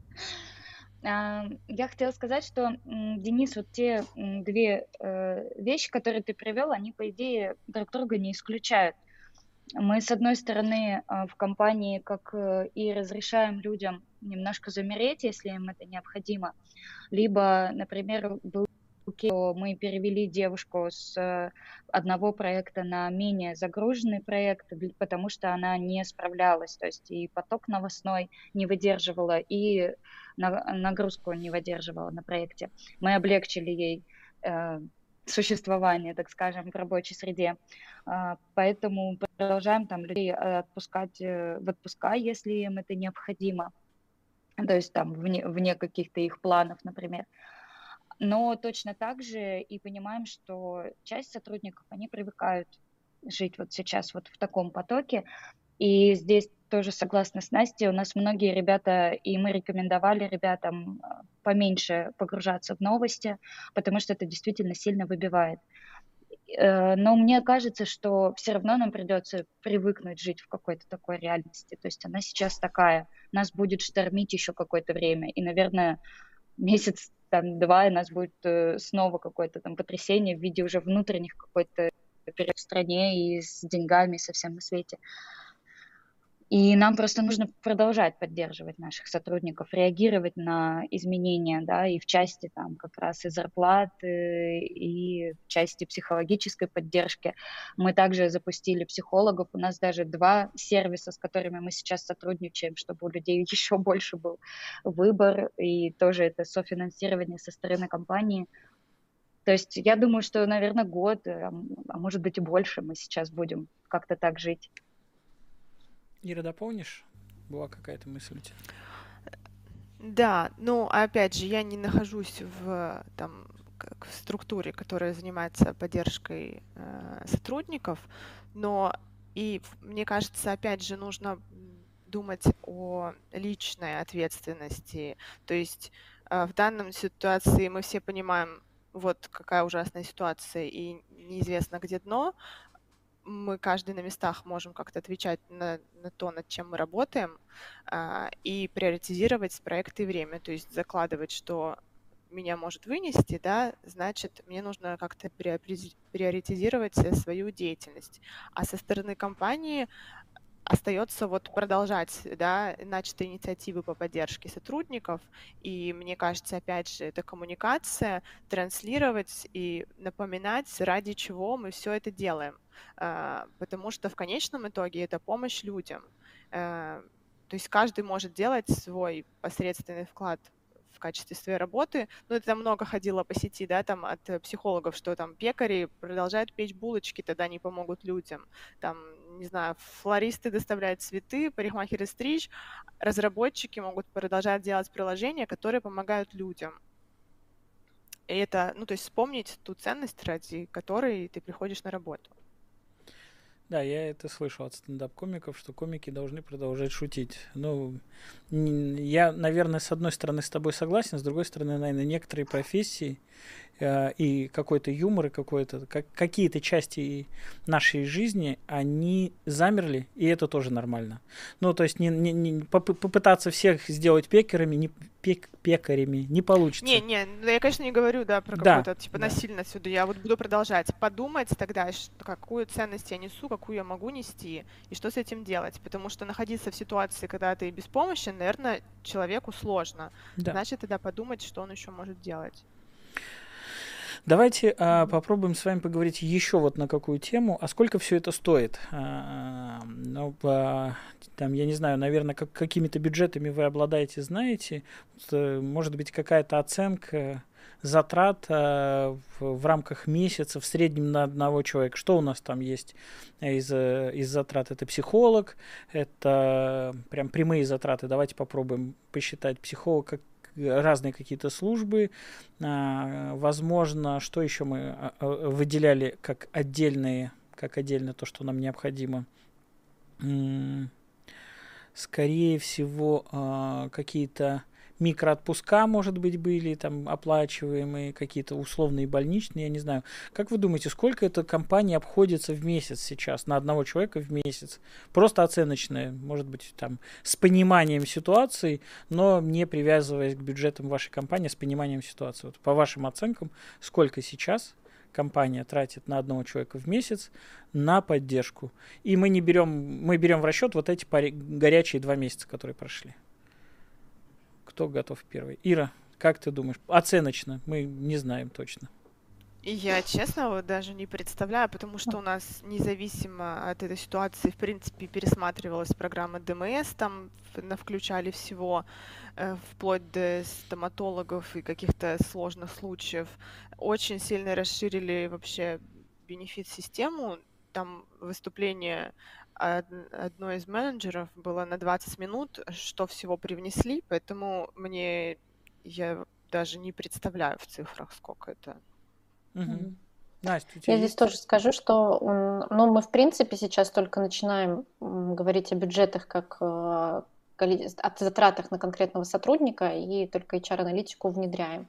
А, Я хотела сказать, что, м, Денис, вот те м, две э, вещи, которые ты привел, они, по идее, друг друга не исключают. Мы, с одной стороны, а, в компании как э, и разрешаем людям немножко замереть, если им это необходимо, либо, например, был кейс, что мы перевели девушку с э, одного проекта на менее загруженный проект, дл- потому что она не справлялась, то есть и поток новостной не выдерживала, и на- нагрузку не выдерживала на проекте. Мы облегчили ей э, существование, так скажем, в рабочей среде. А, Поэтому продолжаем там людей э, отпускать э, в отпуска, если им это необходимо, то есть там вне, вне каких-то их планов, например. Но точно так же и понимаем, что часть сотрудников, они привыкают жить вот сейчас вот в таком потоке. И здесь тоже согласна с Настей, у нас многие ребята, и мы рекомендовали ребятам а, поменьше погружаться в новости, потому что это действительно сильно выбивает. Э, Но мне кажется, что все равно нам придется привыкнуть жить в какой-то такой реальности. То есть она сейчас такая, нас будет штормить еще какое-то время. И, наверное, месяц, там, два, и нас будет э, снова какое-то там потрясение в виде уже внутренних какой-то период в стране и с деньгами, и со всем на свете. И нам просто нужно продолжать поддерживать наших сотрудников, реагировать на изменения, да, и в части там как раз и зарплаты, и в части психологической поддержки. Мы также запустили психологов. У нас даже два сервиса, с которыми мы сейчас сотрудничаем, чтобы у людей еще больше был выбор, и тоже это софинансирование со стороны компании. То есть я думаю, что, наверное, год, а а может быть и больше мы сейчас будем как-то так жить. Ира, дополнишь? Была какая-то мысль у тебя? Да, ну, опять же, я не нахожусь в, там, как в структуре, которая занимается поддержкой э, сотрудников, но и в- мне кажется, опять же, нужно м, думать о личной ответственности. То есть э, в данной ситуации мы все понимаем, вот какая ужасная ситуация и неизвестно, где дно. Мы каждый на местах можем как-то отвечать на, на то, над чем мы работаем, а, и приоритизировать проекты и время, то есть закладывать, что меня может вынести, да, значит, мне нужно как-то приоритизировать свою деятельность. А со стороны компании остается вот продолжать, да, начатые инициативы по поддержке сотрудников. И мне кажется, опять же, это коммуникация, транслировать и напоминать, ради чего мы все это делаем. Потому что в конечном итоге это помощь людям. То есть каждый может делать свой посредственный вклад в качестве своей работы. Ну, это много ходило по сети, да, там от психологов, что там пекари продолжают печь булочки, тогда они помогут людям. Там, не знаю, флористы доставляют цветы, парикмахеры стричь, разработчики могут продолжать делать приложения, которые помогают людям. И это, ну, то есть вспомнить ту ценность, ради которой ты приходишь на работу. Да, я это слышал от стендап-комиков, что комики должны продолжать шутить. Ну, я, наверное, с одной стороны с тобой согласен, с другой стороны, наверное, некоторые профессии э, и какой-то юмор, и какой-то, как, какие-то части нашей жизни, они замерли, и это тоже нормально. Ну, то есть не, не, не, попытаться всех сделать пекарями, не, пек, пекарями не получится. Не, не, я, конечно, не говорю, да, про да, какое-то, типа, да. насильно отсюда. Я вот буду продолжать подумать тогда, какую ценность я несу, какую я могу нести, и что с этим делать. Потому что находиться в ситуации, когда ты беспомощен, наверное, человеку сложно. Да. Значит, тогда подумать, что он еще может делать. Давайте а, попробуем с вами поговорить еще вот на какую тему. А сколько все это стоит? А, ну, по, там, я не знаю, наверное, как, какими-то бюджетами вы обладаете, знаете. Может быть, какая-то оценка затрат а, в, в рамках месяца в среднем на одного человека. Что у нас там есть из, из затрат? Это психолог, это прям прямые затраты. Давайте попробуем посчитать. Психолог как разные какие-то службы, возможно, что еще мы выделяли как отдельные, как отдельно то, что нам необходимо. Скорее всего, какие-то микроотпуска, может быть, были там оплачиваемые, какие-то условные больничные, я не знаю. Как вы думаете, сколько эта компания обходится в месяц сейчас, на одного человека в месяц? Просто оценочное, может быть, там, с пониманием ситуации, но не привязываясь к бюджетам вашей компании, с пониманием ситуации. Вот по вашим оценкам, сколько сейчас компания тратит на одного человека в месяц на поддержку? И мы не берем, мы берем в расчет вот эти пари, горячие два месяца, которые прошли. Кто готов первый? Ира, как ты думаешь? Оценочно, мы не знаем точно. Я, честно, вот даже не представляю, потому что у нас независимо от этой ситуации, в принципе, пересматривалась программа ДМС, там включали всего, э, вплоть до стоматологов и каких-то сложных случаев. Очень сильно расширили вообще бенефит-систему. Там выступление одной из менеджеров было на двадцать минут, что всего привнесли, поэтому мне, я даже не представляю в цифрах, сколько это. Угу. Настя, у тебя Я есть? здесь тоже скажу, что ну, мы, в принципе, сейчас только начинаем говорить о бюджетах как о затратах на конкретного сотрудника и только эйч ар-аналитику внедряем.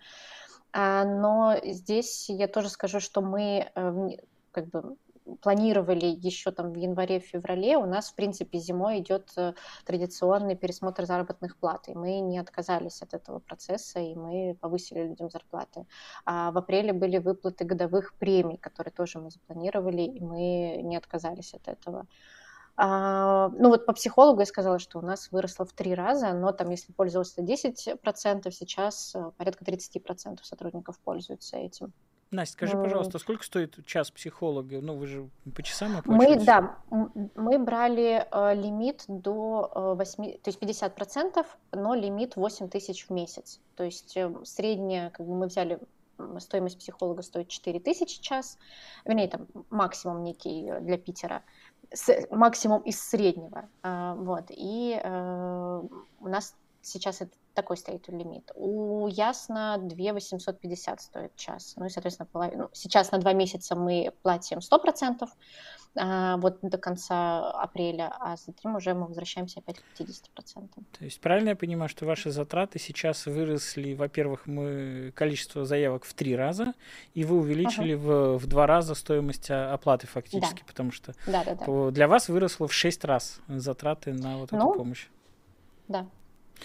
Но здесь я тоже скажу, что мы как бы планировали еще там в январе-феврале, у нас, в принципе, зимой идет традиционный пересмотр заработных плат, и мы не отказались от этого процесса, и мы повысили людям зарплаты. А в апреле были выплаты годовых премий, которые тоже мы запланировали, и мы не отказались от этого. А, ну вот по психологу я сказала, что у нас выросло в три раза, но там, если пользовалось десять процентов, сейчас порядка тридцать процентов сотрудников пользуются этим. Настя, скажи, пожалуйста, сколько стоит час психолога? Ну, вы же по часам Мы, оплачиваете? да, мы брали э, лимит до э, восемь, то есть пятьдесят процентов, но лимит восемь тысяч в месяц. То есть э, средняя, как бы мы взяли, стоимость психолога стоит четыре тысячи в час, вернее, там максимум некий для Питера, с, максимум из среднего. Э, вот, и э, у нас сейчас это такой стоит лимит. У Ясно две тысячи восемьсот пятьдесят стоит час. Ну и, соответственно, половину. Сейчас на два месяца мы платим сто процентов, а, вот до конца апреля, а за три уже мы возвращаемся опять к пятьдесят процентов. То есть правильно я понимаю, что ваши затраты сейчас выросли, во-первых, мы количество заявок в три раза, и вы увеличили uh-huh. в, в два раза стоимость оплаты фактически, да. потому что да, да, да. для вас выросло в шесть раз затраты на вот эту ну, помощь. Да.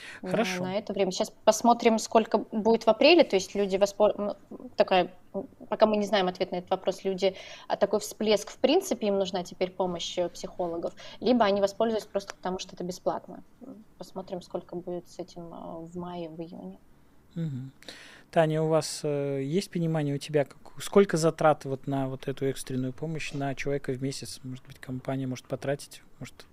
Хорошо. На, на это время. Сейчас посмотрим, сколько будет в апреле. То есть люди воспол... такая пока мы не знаем ответ на этот вопрос, люди, а такой всплеск, в принципе, им нужна теперь помощь психологов, либо они воспользуются просто потому, что это бесплатно. Посмотрим, сколько будет с этим в мае, в июне. Угу. Таня, у вас э, есть понимание у тебя, как, сколько затрат вот на вот эту экстренную помощь на человека в месяц? Может быть, компания может потратить? Может...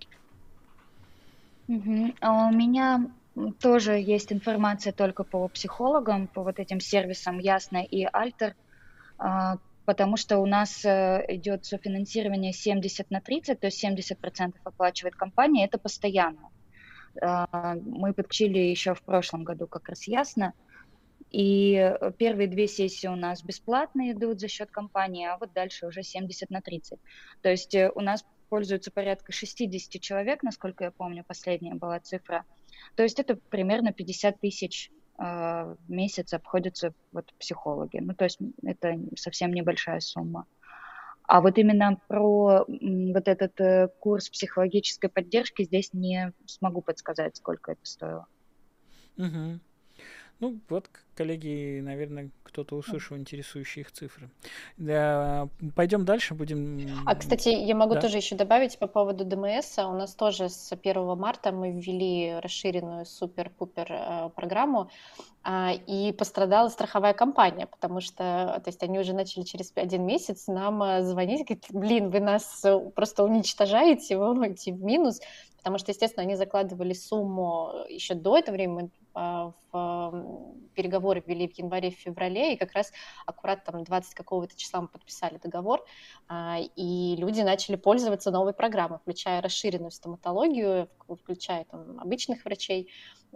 Угу. А у меня тоже есть информация только по психологам, по вот этим сервисам Ясно и Альтер, потому что у нас идет софинансирование семьдесят на тридцать, то есть семьдесят процентов оплачивает компания, это постоянно. Мы подключили еще в прошлом году как раз Ясно, и первые две сессии у нас бесплатно идут за счет компании, а вот дальше уже семьдесят на тридцать. То есть у нас пользуются порядка шестьдесят человек, насколько я помню, последняя была цифра. То есть это примерно пятьдесят тысяч э, в месяц обходятся вот психологи. Ну, то есть это совсем небольшая сумма. А вот именно про м, вот этот э, курс психологической поддержки здесь не смогу подсказать, сколько это стоило. Угу. Ну, вот, коллеги, наверное, кто-то услышал интересующие их цифры. Да, пойдем дальше, будем... А, кстати, я могу да? тоже еще добавить по поводу ДМС. У нас тоже с первого марта мы ввели расширенную супер-пупер программу, и пострадала страховая компания, потому что, то есть они уже начали через один месяц нам звонить, говорят, блин, вы нас просто уничтожаете, вы уходите в минус, потому что, естественно, они закладывали сумму еще до этого времени, мы в переговоры ввели в январе-феврале, и как раз аккурат там двадцатого какого-то числа мы подписали договор, и люди начали пользоваться новой программой, включая расширенную стоматологию, включая там обычных врачей,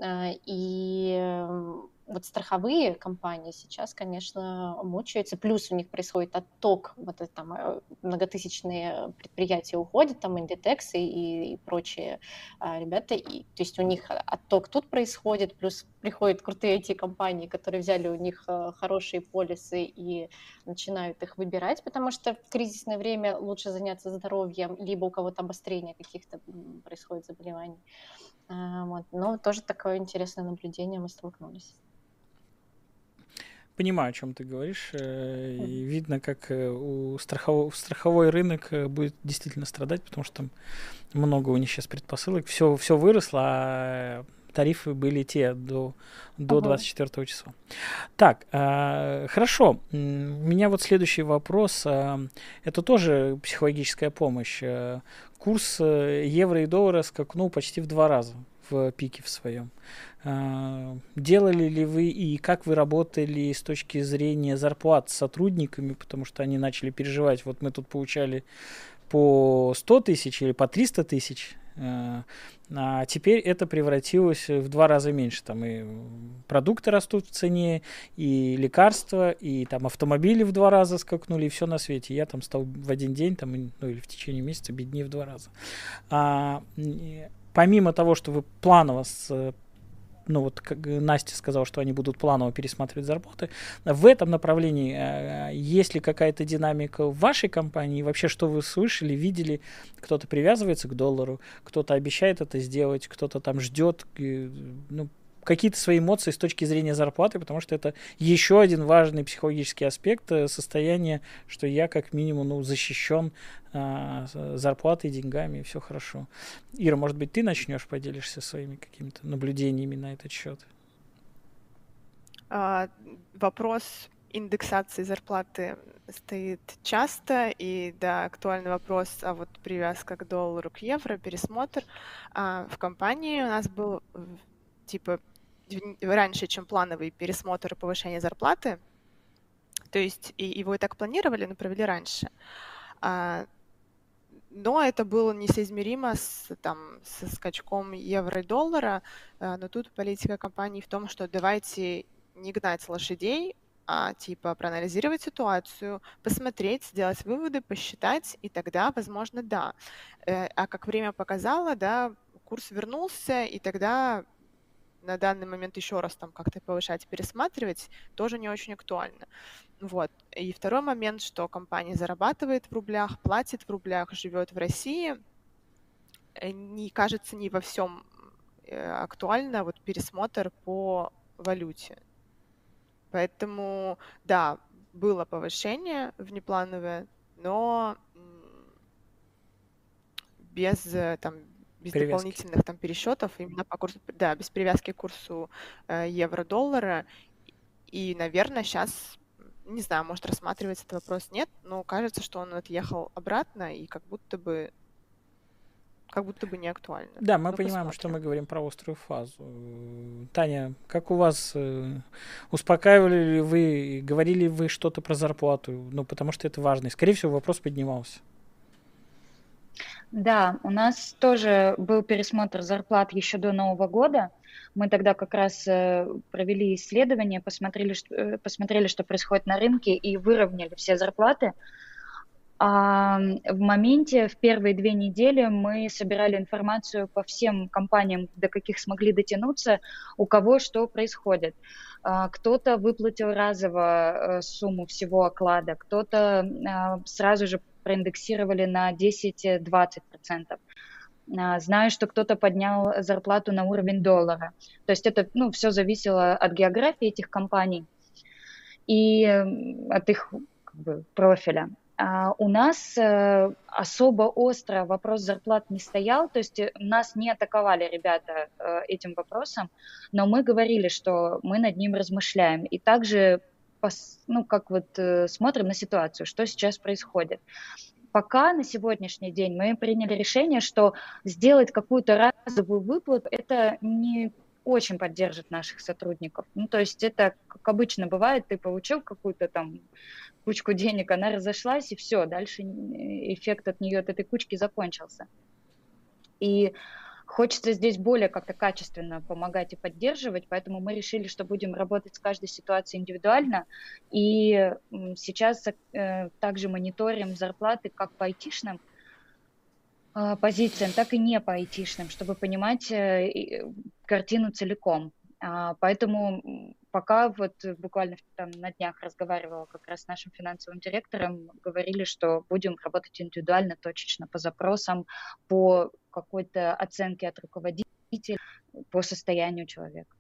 и вот страховые компании сейчас, конечно, мучаются, плюс у них происходит отток, вот это там многотысячные предприятия уходят, там Inditex и, и прочие а, ребята, и, то есть у них отток тут происходит, плюс приходят крутые ай ти-компании, которые взяли у них хорошие полисы и начинают их выбирать, потому что в кризисное время лучше заняться здоровьем, либо у кого-то обострение каких-то происходит заболеваний. А, вот. Но тоже такое интересное наблюдение мы столкнулись. Понимаю, о чем ты говоришь. И видно, как у страховой, страховой рынок будет действительно страдать, потому что там много у них сейчас предпосылок. Все, все выросло, а тарифы были те до, до двадцать четвёртого числа. Так, э, хорошо. У меня вот следующий вопрос. Это тоже психологическая помощь. Курс евро и доллара скакнул почти в два раза в пике в своем. Делали ли вы и как вы работали с точки зрения зарплат с сотрудниками, потому что они начали переживать, вот мы тут получали по сто тысяч или по триста тысяч, а теперь это превратилось в два раза меньше. Там и продукты растут в цене, и лекарства, и там автомобили в два раза скакнули, и все на свете. Я там стал в один день, там, ну или в течение месяца беднее в два раза. А, помимо того, что вы планово с ну вот как Настя сказала, что они будут планово пересматривать зарплаты. В этом направлении э, есть ли какая-то динамика в вашей компании? И вообще, что вы слышали, видели? Кто-то привязывается к доллару, кто-то обещает это сделать, кто-то там ждет, э, ну, какие-то свои эмоции с точки зрения зарплаты, потому что это еще один важный психологический аспект состояния, что я как минимум ну, защищен а, зарплатой, деньгами, и все хорошо. Ира, может быть, ты начнешь, поделишься своими какими-то наблюдениями на этот счет? А, вопрос индексации зарплаты стоит часто, и да, актуальный вопрос, а вот привязка к доллару, к евро, пересмотр. А, в компании у нас был типа раньше, чем плановый пересмотр и повышение зарплаты, то есть и его и так планировали, но провели раньше. А, но это было несоизмеримо с, там, со скачком евро и доллара, а, но тут политика компании в том, что давайте не гнать лошадей, а типа проанализировать ситуацию, посмотреть, сделать выводы, посчитать, и тогда, возможно, да. А как время показало, да, курс вернулся, и тогда на данный момент еще раз там как-то повышать, пересматривать, тоже не очень актуально. Вот. И второй момент, что компания зарабатывает в рублях, платит в рублях, живет в России, не кажется не во всем актуально вот пересмотр по валюте. Поэтому, да, было повышение внеплановое, но без, там, без Привязки. дополнительных там пересчетов, именно по курсу, да, без привязки к курсу э, евро-доллара. И, наверное, сейчас, не знаю, может, рассматривается этот вопрос, нет, но кажется, что он отъехал обратно и как будто бы как будто бы не актуально. Да, мы Но понимаем, посмотрим. что мы говорим про острую фазу. Таня, как у вас, успокаивали ли вы, говорили ли вы что-то про зарплату? Ну, потому что это важно. И, скорее всего, вопрос поднимался. Да, у нас тоже был пересмотр зарплат еще до Нового года. Мы тогда как раз провели исследование, посмотрели, что, посмотрели, что происходит на рынке, и выровняли все зарплаты. А в моменте, в первые две недели мы собирали информацию по всем компаниям, до каких смогли дотянуться, у кого что происходит. Кто-то выплатил разово сумму всего оклада, кто-то сразу же проиндексировали на десять-двадцать процентов. Знаю, что кто-то поднял зарплату на уровень доллара. То есть это, ну, все зависело от географии этих компаний и от их, как бы, профиля. А у нас особо остро вопрос зарплат не стоял, то есть нас не атаковали ребята этим вопросом, но мы говорили, что мы над ним размышляем. И также, ну, как вот смотрим на ситуацию, что сейчас происходит. Пока на сегодняшний день мы приняли решение, что сделать какую-то разовую выплату, это не очень поддержит наших сотрудников. Ну, то есть это, как обычно бывает, ты получил какую-то там кучку денег, она разошлась, и все, дальше эффект от нее, от этой кучки закончился. И хочется здесь более как-то качественно помогать и поддерживать, поэтому мы решили, что будем работать с каждой ситуацией индивидуально, и сейчас э, также мониторим зарплаты как по айтишным э, позициям, так и не по айтишным, чтобы понимать э, картину целиком. А, поэтому пока вот буквально там на днях разговаривала как раз с нашим финансовым директором, говорили, что будем работать индивидуально, точечно, по запросам, по какой-то оценке от руководителя, по состоянию человека.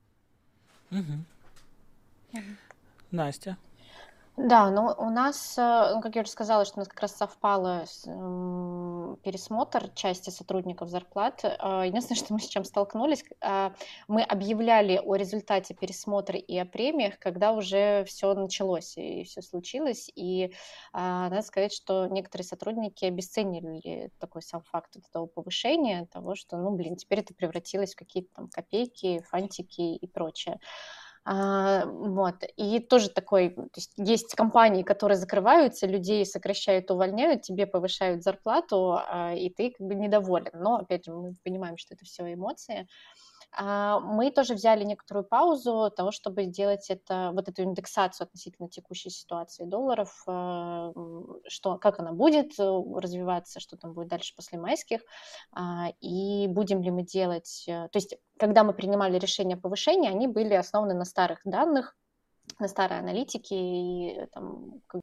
Угу. Настя? Да, ну у нас, как я уже сказала, что у нас как раз совпало с, м, пересмотр части сотрудников зарплат. А, Единственное, что мы с чем столкнулись, а, мы объявляли о результате пересмотра и о премиях, когда уже все началось и все случилось. И а, надо сказать, что некоторые сотрудники обесценили такой сам факт вот этого повышения, того, что, ну, блин, теперь это превратилось в какие-то там копейки, фантики и прочее. А, вот. И тоже такой, то есть, есть компании, которые закрываются, людей сокращают, увольняют, тебе повышают зарплату, а, и ты как бы недоволен. Но, опять же, мы понимаем, что это все эмоции. А, Мы тоже взяли некоторую паузу того, чтобы сделать это, вот эту индексацию относительно текущей ситуации долларов, а, м, что, как она будет э, развиваться, что там будет дальше после майских, а, и будем ли мы делать... э, То есть, когда мы принимали решения о повышении, они были основаны на старых данных, на старой аналитике, и там, как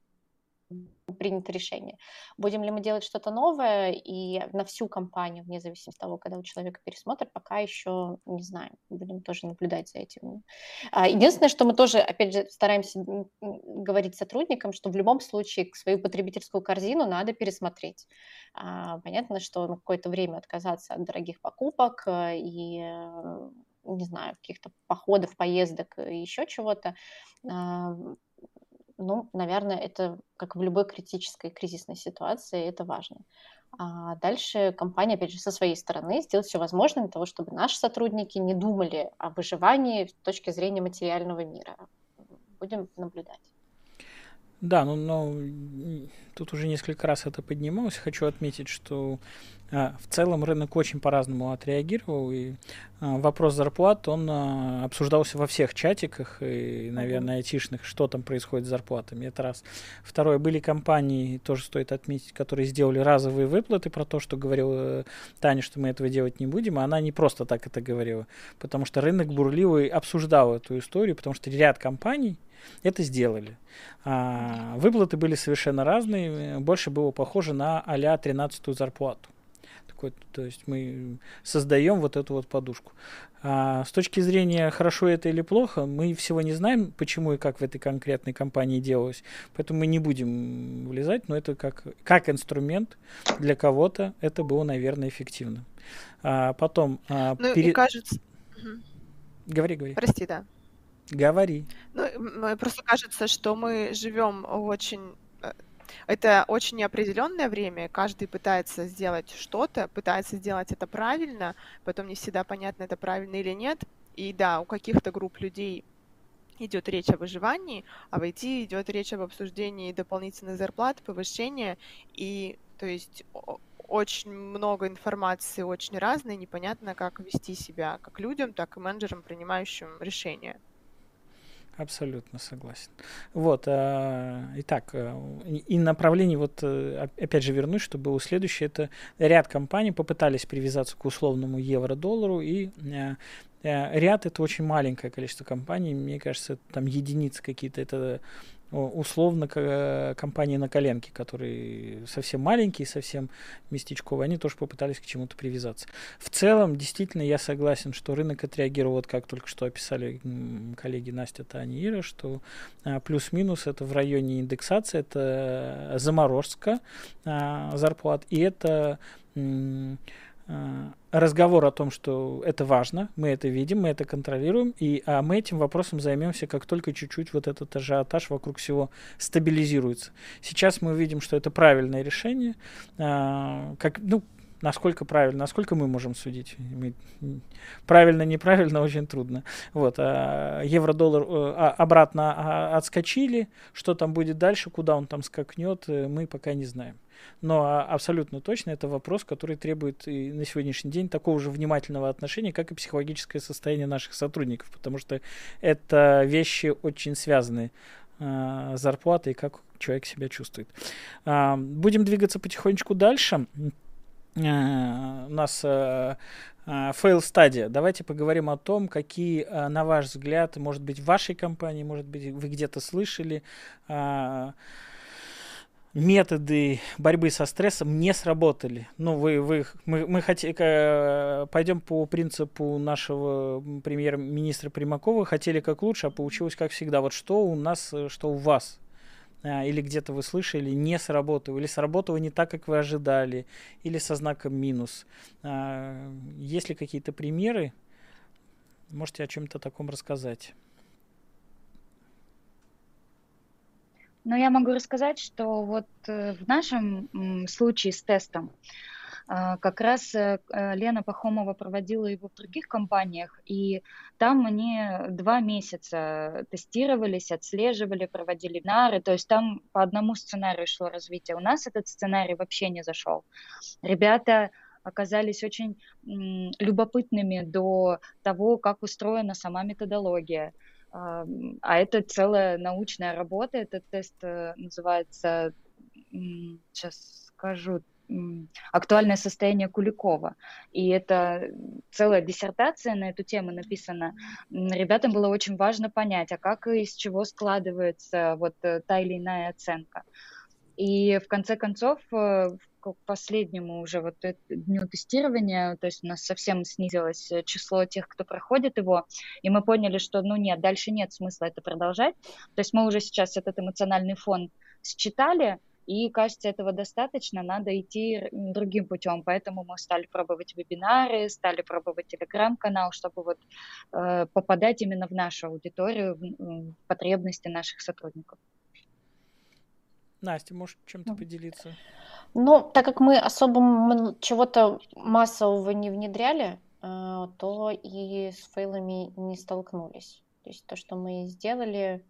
принято решение. Будем ли мы делать что-то новое и на всю компанию, вне зависимости от того, когда у человека пересмотр, пока еще не знаем. Будем тоже наблюдать за этим. А, Единственное, что мы тоже, опять же, стараемся м, м, говорить сотрудникам, что в любом случае свою потребительскую корзину надо пересмотреть. А, Понятно, что на какое-то время отказаться от дорогих покупок э, и, э, не знаю, каких-то походов, поездок и еще чего-то. А, Ну, наверное, это, как в любой критической кризисной ситуации, это важно. А дальше компания, опять же, со своей стороны сделает все возможное для того, чтобы наши сотрудники не думали о выживании с точки зрения материального мира. Будем наблюдать. Да, ну, но тут уже несколько раз это поднималось. Хочу отметить, что а, в целом рынок очень по-разному отреагировал, и а, вопрос зарплат, он а, обсуждался во всех чатиках, и, наверное, айтишных, что там происходит с зарплатами. Это раз. Второе, были компании, тоже стоит отметить, которые сделали разовые выплаты, про то, что говорила Таня, что мы этого делать не будем, а она не просто так это говорила, потому что рынок бурлил и обсуждал эту историю, потому что ряд компаний это сделали. А, выплаты были совершенно разные, больше было похоже на а-ля тринадцатую зарплату. Такой, то есть мы создаем вот эту вот подушку. А с точки зрения, хорошо это или плохо, мы всего не знаем, почему и как в этой конкретной компании делалось. Поэтому мы не будем влезать, но это как, как инструмент для кого-то это было, наверное, эффективно. А потом... А, Ну, пере... и кажется... Говори, говори. Прости, да. Говори. Ну, м- просто кажется, что мы живем в очень... э, Это очень неопределенное время, каждый пытается сделать что-то, пытается сделать это правильно, потом не всегда понятно, это правильно или нет. И да, у каких-то групп людей идет речь о выживании, а в ай ти идет речь об обсуждении дополнительных зарплат, повышения, и то есть о- очень много информации, очень разной, непонятно, как вести себя как людям, так и менеджерам, принимающим решения. Абсолютно согласен. Вот, а, итак, а, и и направление, вот, э, оп- опять же вернусь, что было следующее, это ряд компаний попытались привязаться к условному евро-доллару, и э, э, ряд это очень маленькое количество компаний, мне кажется, там единицы какие-то, это о, условно к- э, компании на коленке, которые совсем маленькие, совсем местечковые, они тоже попытались к чему-то привязаться. В целом, действительно, я согласен, что рынок отреагировал, вот как только что описали м, коллеги Настя, Таня и Ира, что а, плюс-минус это в районе индексации, это заморозка а, зарплат, и это м, а, разговор о том, что это важно, мы это видим, мы это контролируем, и а мы этим вопросом займемся, как только чуть-чуть вот этот ажиотаж вокруг всего стабилизируется. Сейчас мы видим, что это правильное решение, а, как, ну, насколько правильно, насколько мы можем судить. Мы, правильно, неправильно, очень трудно. Вот, а евро-доллар а, обратно а, отскочили, что там будет дальше, куда он там скакнет, мы пока не знаем. Но а, абсолютно точно это вопрос, который требует и на сегодняшний день такого же внимательного отношения, как и психологическое состояние наших сотрудников, потому что это вещи очень связаны. А, зарплата и как человек себя чувствует. А, будем двигаться потихонечку дальше. Uh, у нас uh, uh, фейл-стадия. Давайте поговорим о том, какие, uh, на ваш взгляд, может быть, в вашей компании, может быть, вы где-то слышали, uh, методы борьбы со стрессом не сработали. Ну, вы, вы, мы, мы хотели, uh, пойдем по принципу нашего премьер-министра Примакова, хотели как лучше, а получилось как всегда. Вот что у нас, что у вас? Или где-то вы слышали, не сработало, или сработало не так, как вы ожидали, или со знаком минус. Есть ли какие-то примеры? Можете о чем-то таком рассказать? Ну, я могу рассказать, что вот в нашем случае с тестом как раз Лена Пахомова проводила его в других компаниях, и там они два месяца тестировались, отслеживали, проводили вебинары, то есть там по одному сценарию шло развитие. У нас этот сценарий вообще не зашел. Ребята оказались очень м, любопытными до того, как устроена сама методология. А это целая научная работа, этот тест называется, сейчас скажу, «Актуальное состояние Куликова». И это целая диссертация на эту тему написана. Ребятам было очень важно понять, а как и из чего складывается вот та или иная оценка. И в конце концов, к последнему уже вот дню тестирования, то есть у нас совсем снизилось число тех, кто проходит его, и мы поняли, что ну нет, дальше нет смысла это продолжать. То есть мы уже сейчас этот эмоциональный фон считали, и, кажется, этого достаточно, надо идти другим путем. Поэтому мы стали пробовать вебинары, стали пробовать телеграм-канал, чтобы вот, э, попадать именно в нашу аудиторию, в, в потребности наших сотрудников. Настя, можешь чем-то поделиться? Ну, так как мы особо чего-то массового не внедряли, то и с фейлами не столкнулись. То есть то, что мы сделали,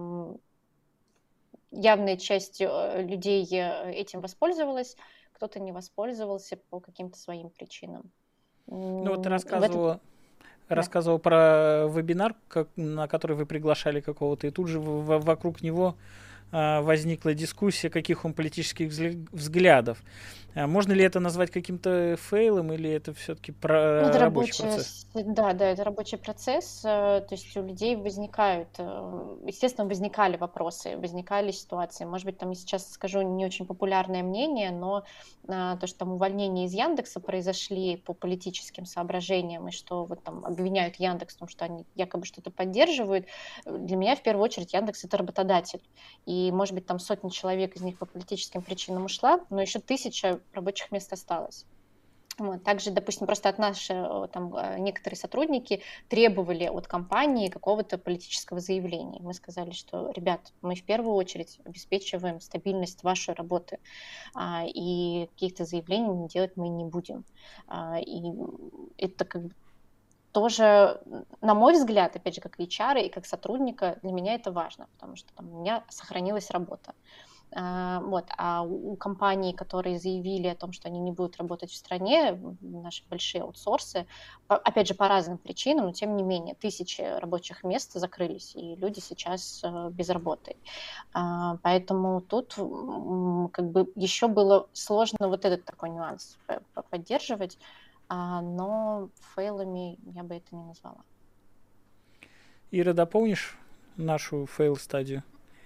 явная часть людей этим воспользовалась, кто-то не воспользовался по каким-то своим причинам. Ну вот ты рассказывала, этом... рассказывала да. про вебинар, как, на который вы приглашали какого-то, и тут же в, в, вокруг него а, возникла дискуссия, каких он политических взглядов. А можно ли это назвать каким-то фейлом, или это все-таки про Ну, это рабочий рабочий, процесс? да, да, это рабочий процесс, э, то есть у людей возникают, э, естественно, возникали вопросы, возникали ситуации. Может быть, там я сейчас скажу не очень популярное мнение, но а, то, что там увольнения из Яндекса произошли по политическим соображениям, и что вот там обвиняют Яндекс в том, что они якобы что-то поддерживают, для меня в первую очередь Яндекс — это работодатель. И, может быть, там сотни человек из них по политическим причинам ушла, но еще тысяча рабочих мест осталось. Вот. Также, допустим, просто от нашего, там, некоторые сотрудники требовали от компании какого-то политического заявления. Мы сказали, что, ребят, мы в первую очередь обеспечиваем стабильность вашей работы, а, и каких-то заявлений делать мы не будем. А, и это как бы тоже, на мой взгляд, опять же, как эйч ар и как сотрудника, для меня это важно, потому что там у меня сохранилась работа. А, вот. А у компаний, которые заявили о том, что они не будут работать в стране, наши большие аутсорсы, опять же, по разным причинам, но тем не менее, тысячи рабочих мест закрылись, и люди сейчас без работы. А, поэтому тут как бы еще было сложно вот этот такой нюанс поддерживать, а, но фейлами я бы это не назвала. Ира, дополнишь нашу фейл-стадию?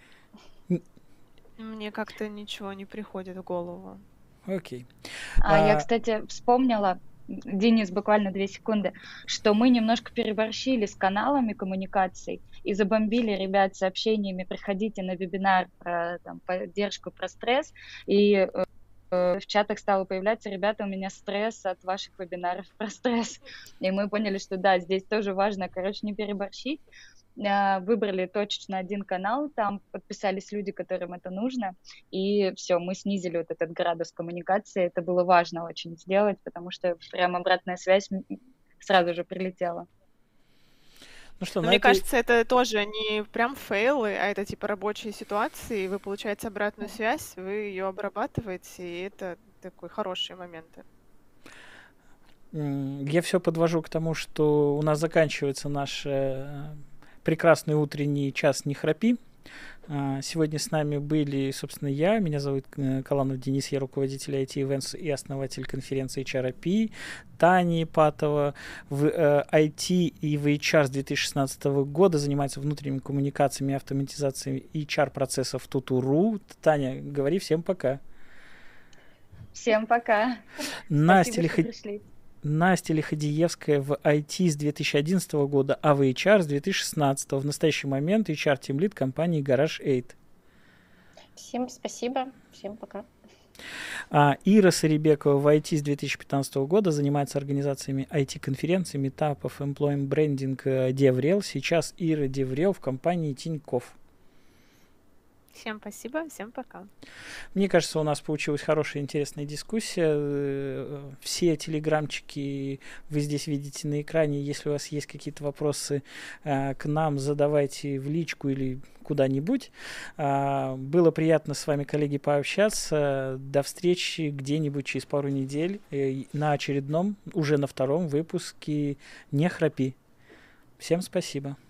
Мне как-то ничего не приходит в голову. Окей. А, А, я, кстати, вспомнила, Денис, буквально две секунды, что мы немножко переборщили с каналами коммуникаций и забомбили ребят сообщениями: приходите на вебинар про там, поддержку, про стресс, и э, в чатах стало появляться: ребята, у меня стресс от ваших вебинаров про стресс. И мы поняли, что да, здесь тоже важно, короче, не переборщить. Выбрали точечно один канал, там подписались люди, которым это нужно, и все, мы снизили вот этот градус коммуникации. Это было важно очень сделать, потому что прям обратная связь сразу же прилетела. Ну что, Мне этой... кажется, это тоже не прям фейлы, а это типа рабочие ситуации, вы получаете обратную связь, вы ее обрабатываете, и это такой хорошие моменты. Я все подвожу к тому, что у нас заканчивается наш прекрасный утренний час «Не храпи». Сегодня с нами были, собственно, я, меня зовут Каланов Денис, я руководитель ай ти-Events и основатель конференции эйч ар эй пи, Таня Ипатова, в э, ай ти и в эйч ар с две тысячи шестнадцатого года занимается внутренними коммуникациями и автоматизацией эйч ар-процессов Тутуру. Таня, говори всем пока. Всем пока. Настя, Спасибо, Лихо... что пришли. Настя Лиходиевская в ай ти с две тысячи одиннадцатого года, а в эйч ар с две тысячи шестнадцатого. В настоящий момент эйч ар Team Lead компании Garage восемь. Всем спасибо, всем пока. А Ира Сарибекова в ай ти с две тысячи пятнадцатого года занимается организациями ай ти-конференций, метапов, employment брендинг, DevRel. Сейчас Ира DevRel в компании Тинькофф. Всем спасибо, всем пока. Мне кажется, у нас получилась хорошая, интересная дискуссия. Все телеграмчики вы здесь видите на экране. Если у вас есть какие-то вопросы к нам, задавайте в личку или куда-нибудь. Было приятно с вами, коллеги, пообщаться. До встречи где-нибудь через пару недель на очередном, уже на втором выпуске «Не храпи». Всем спасибо.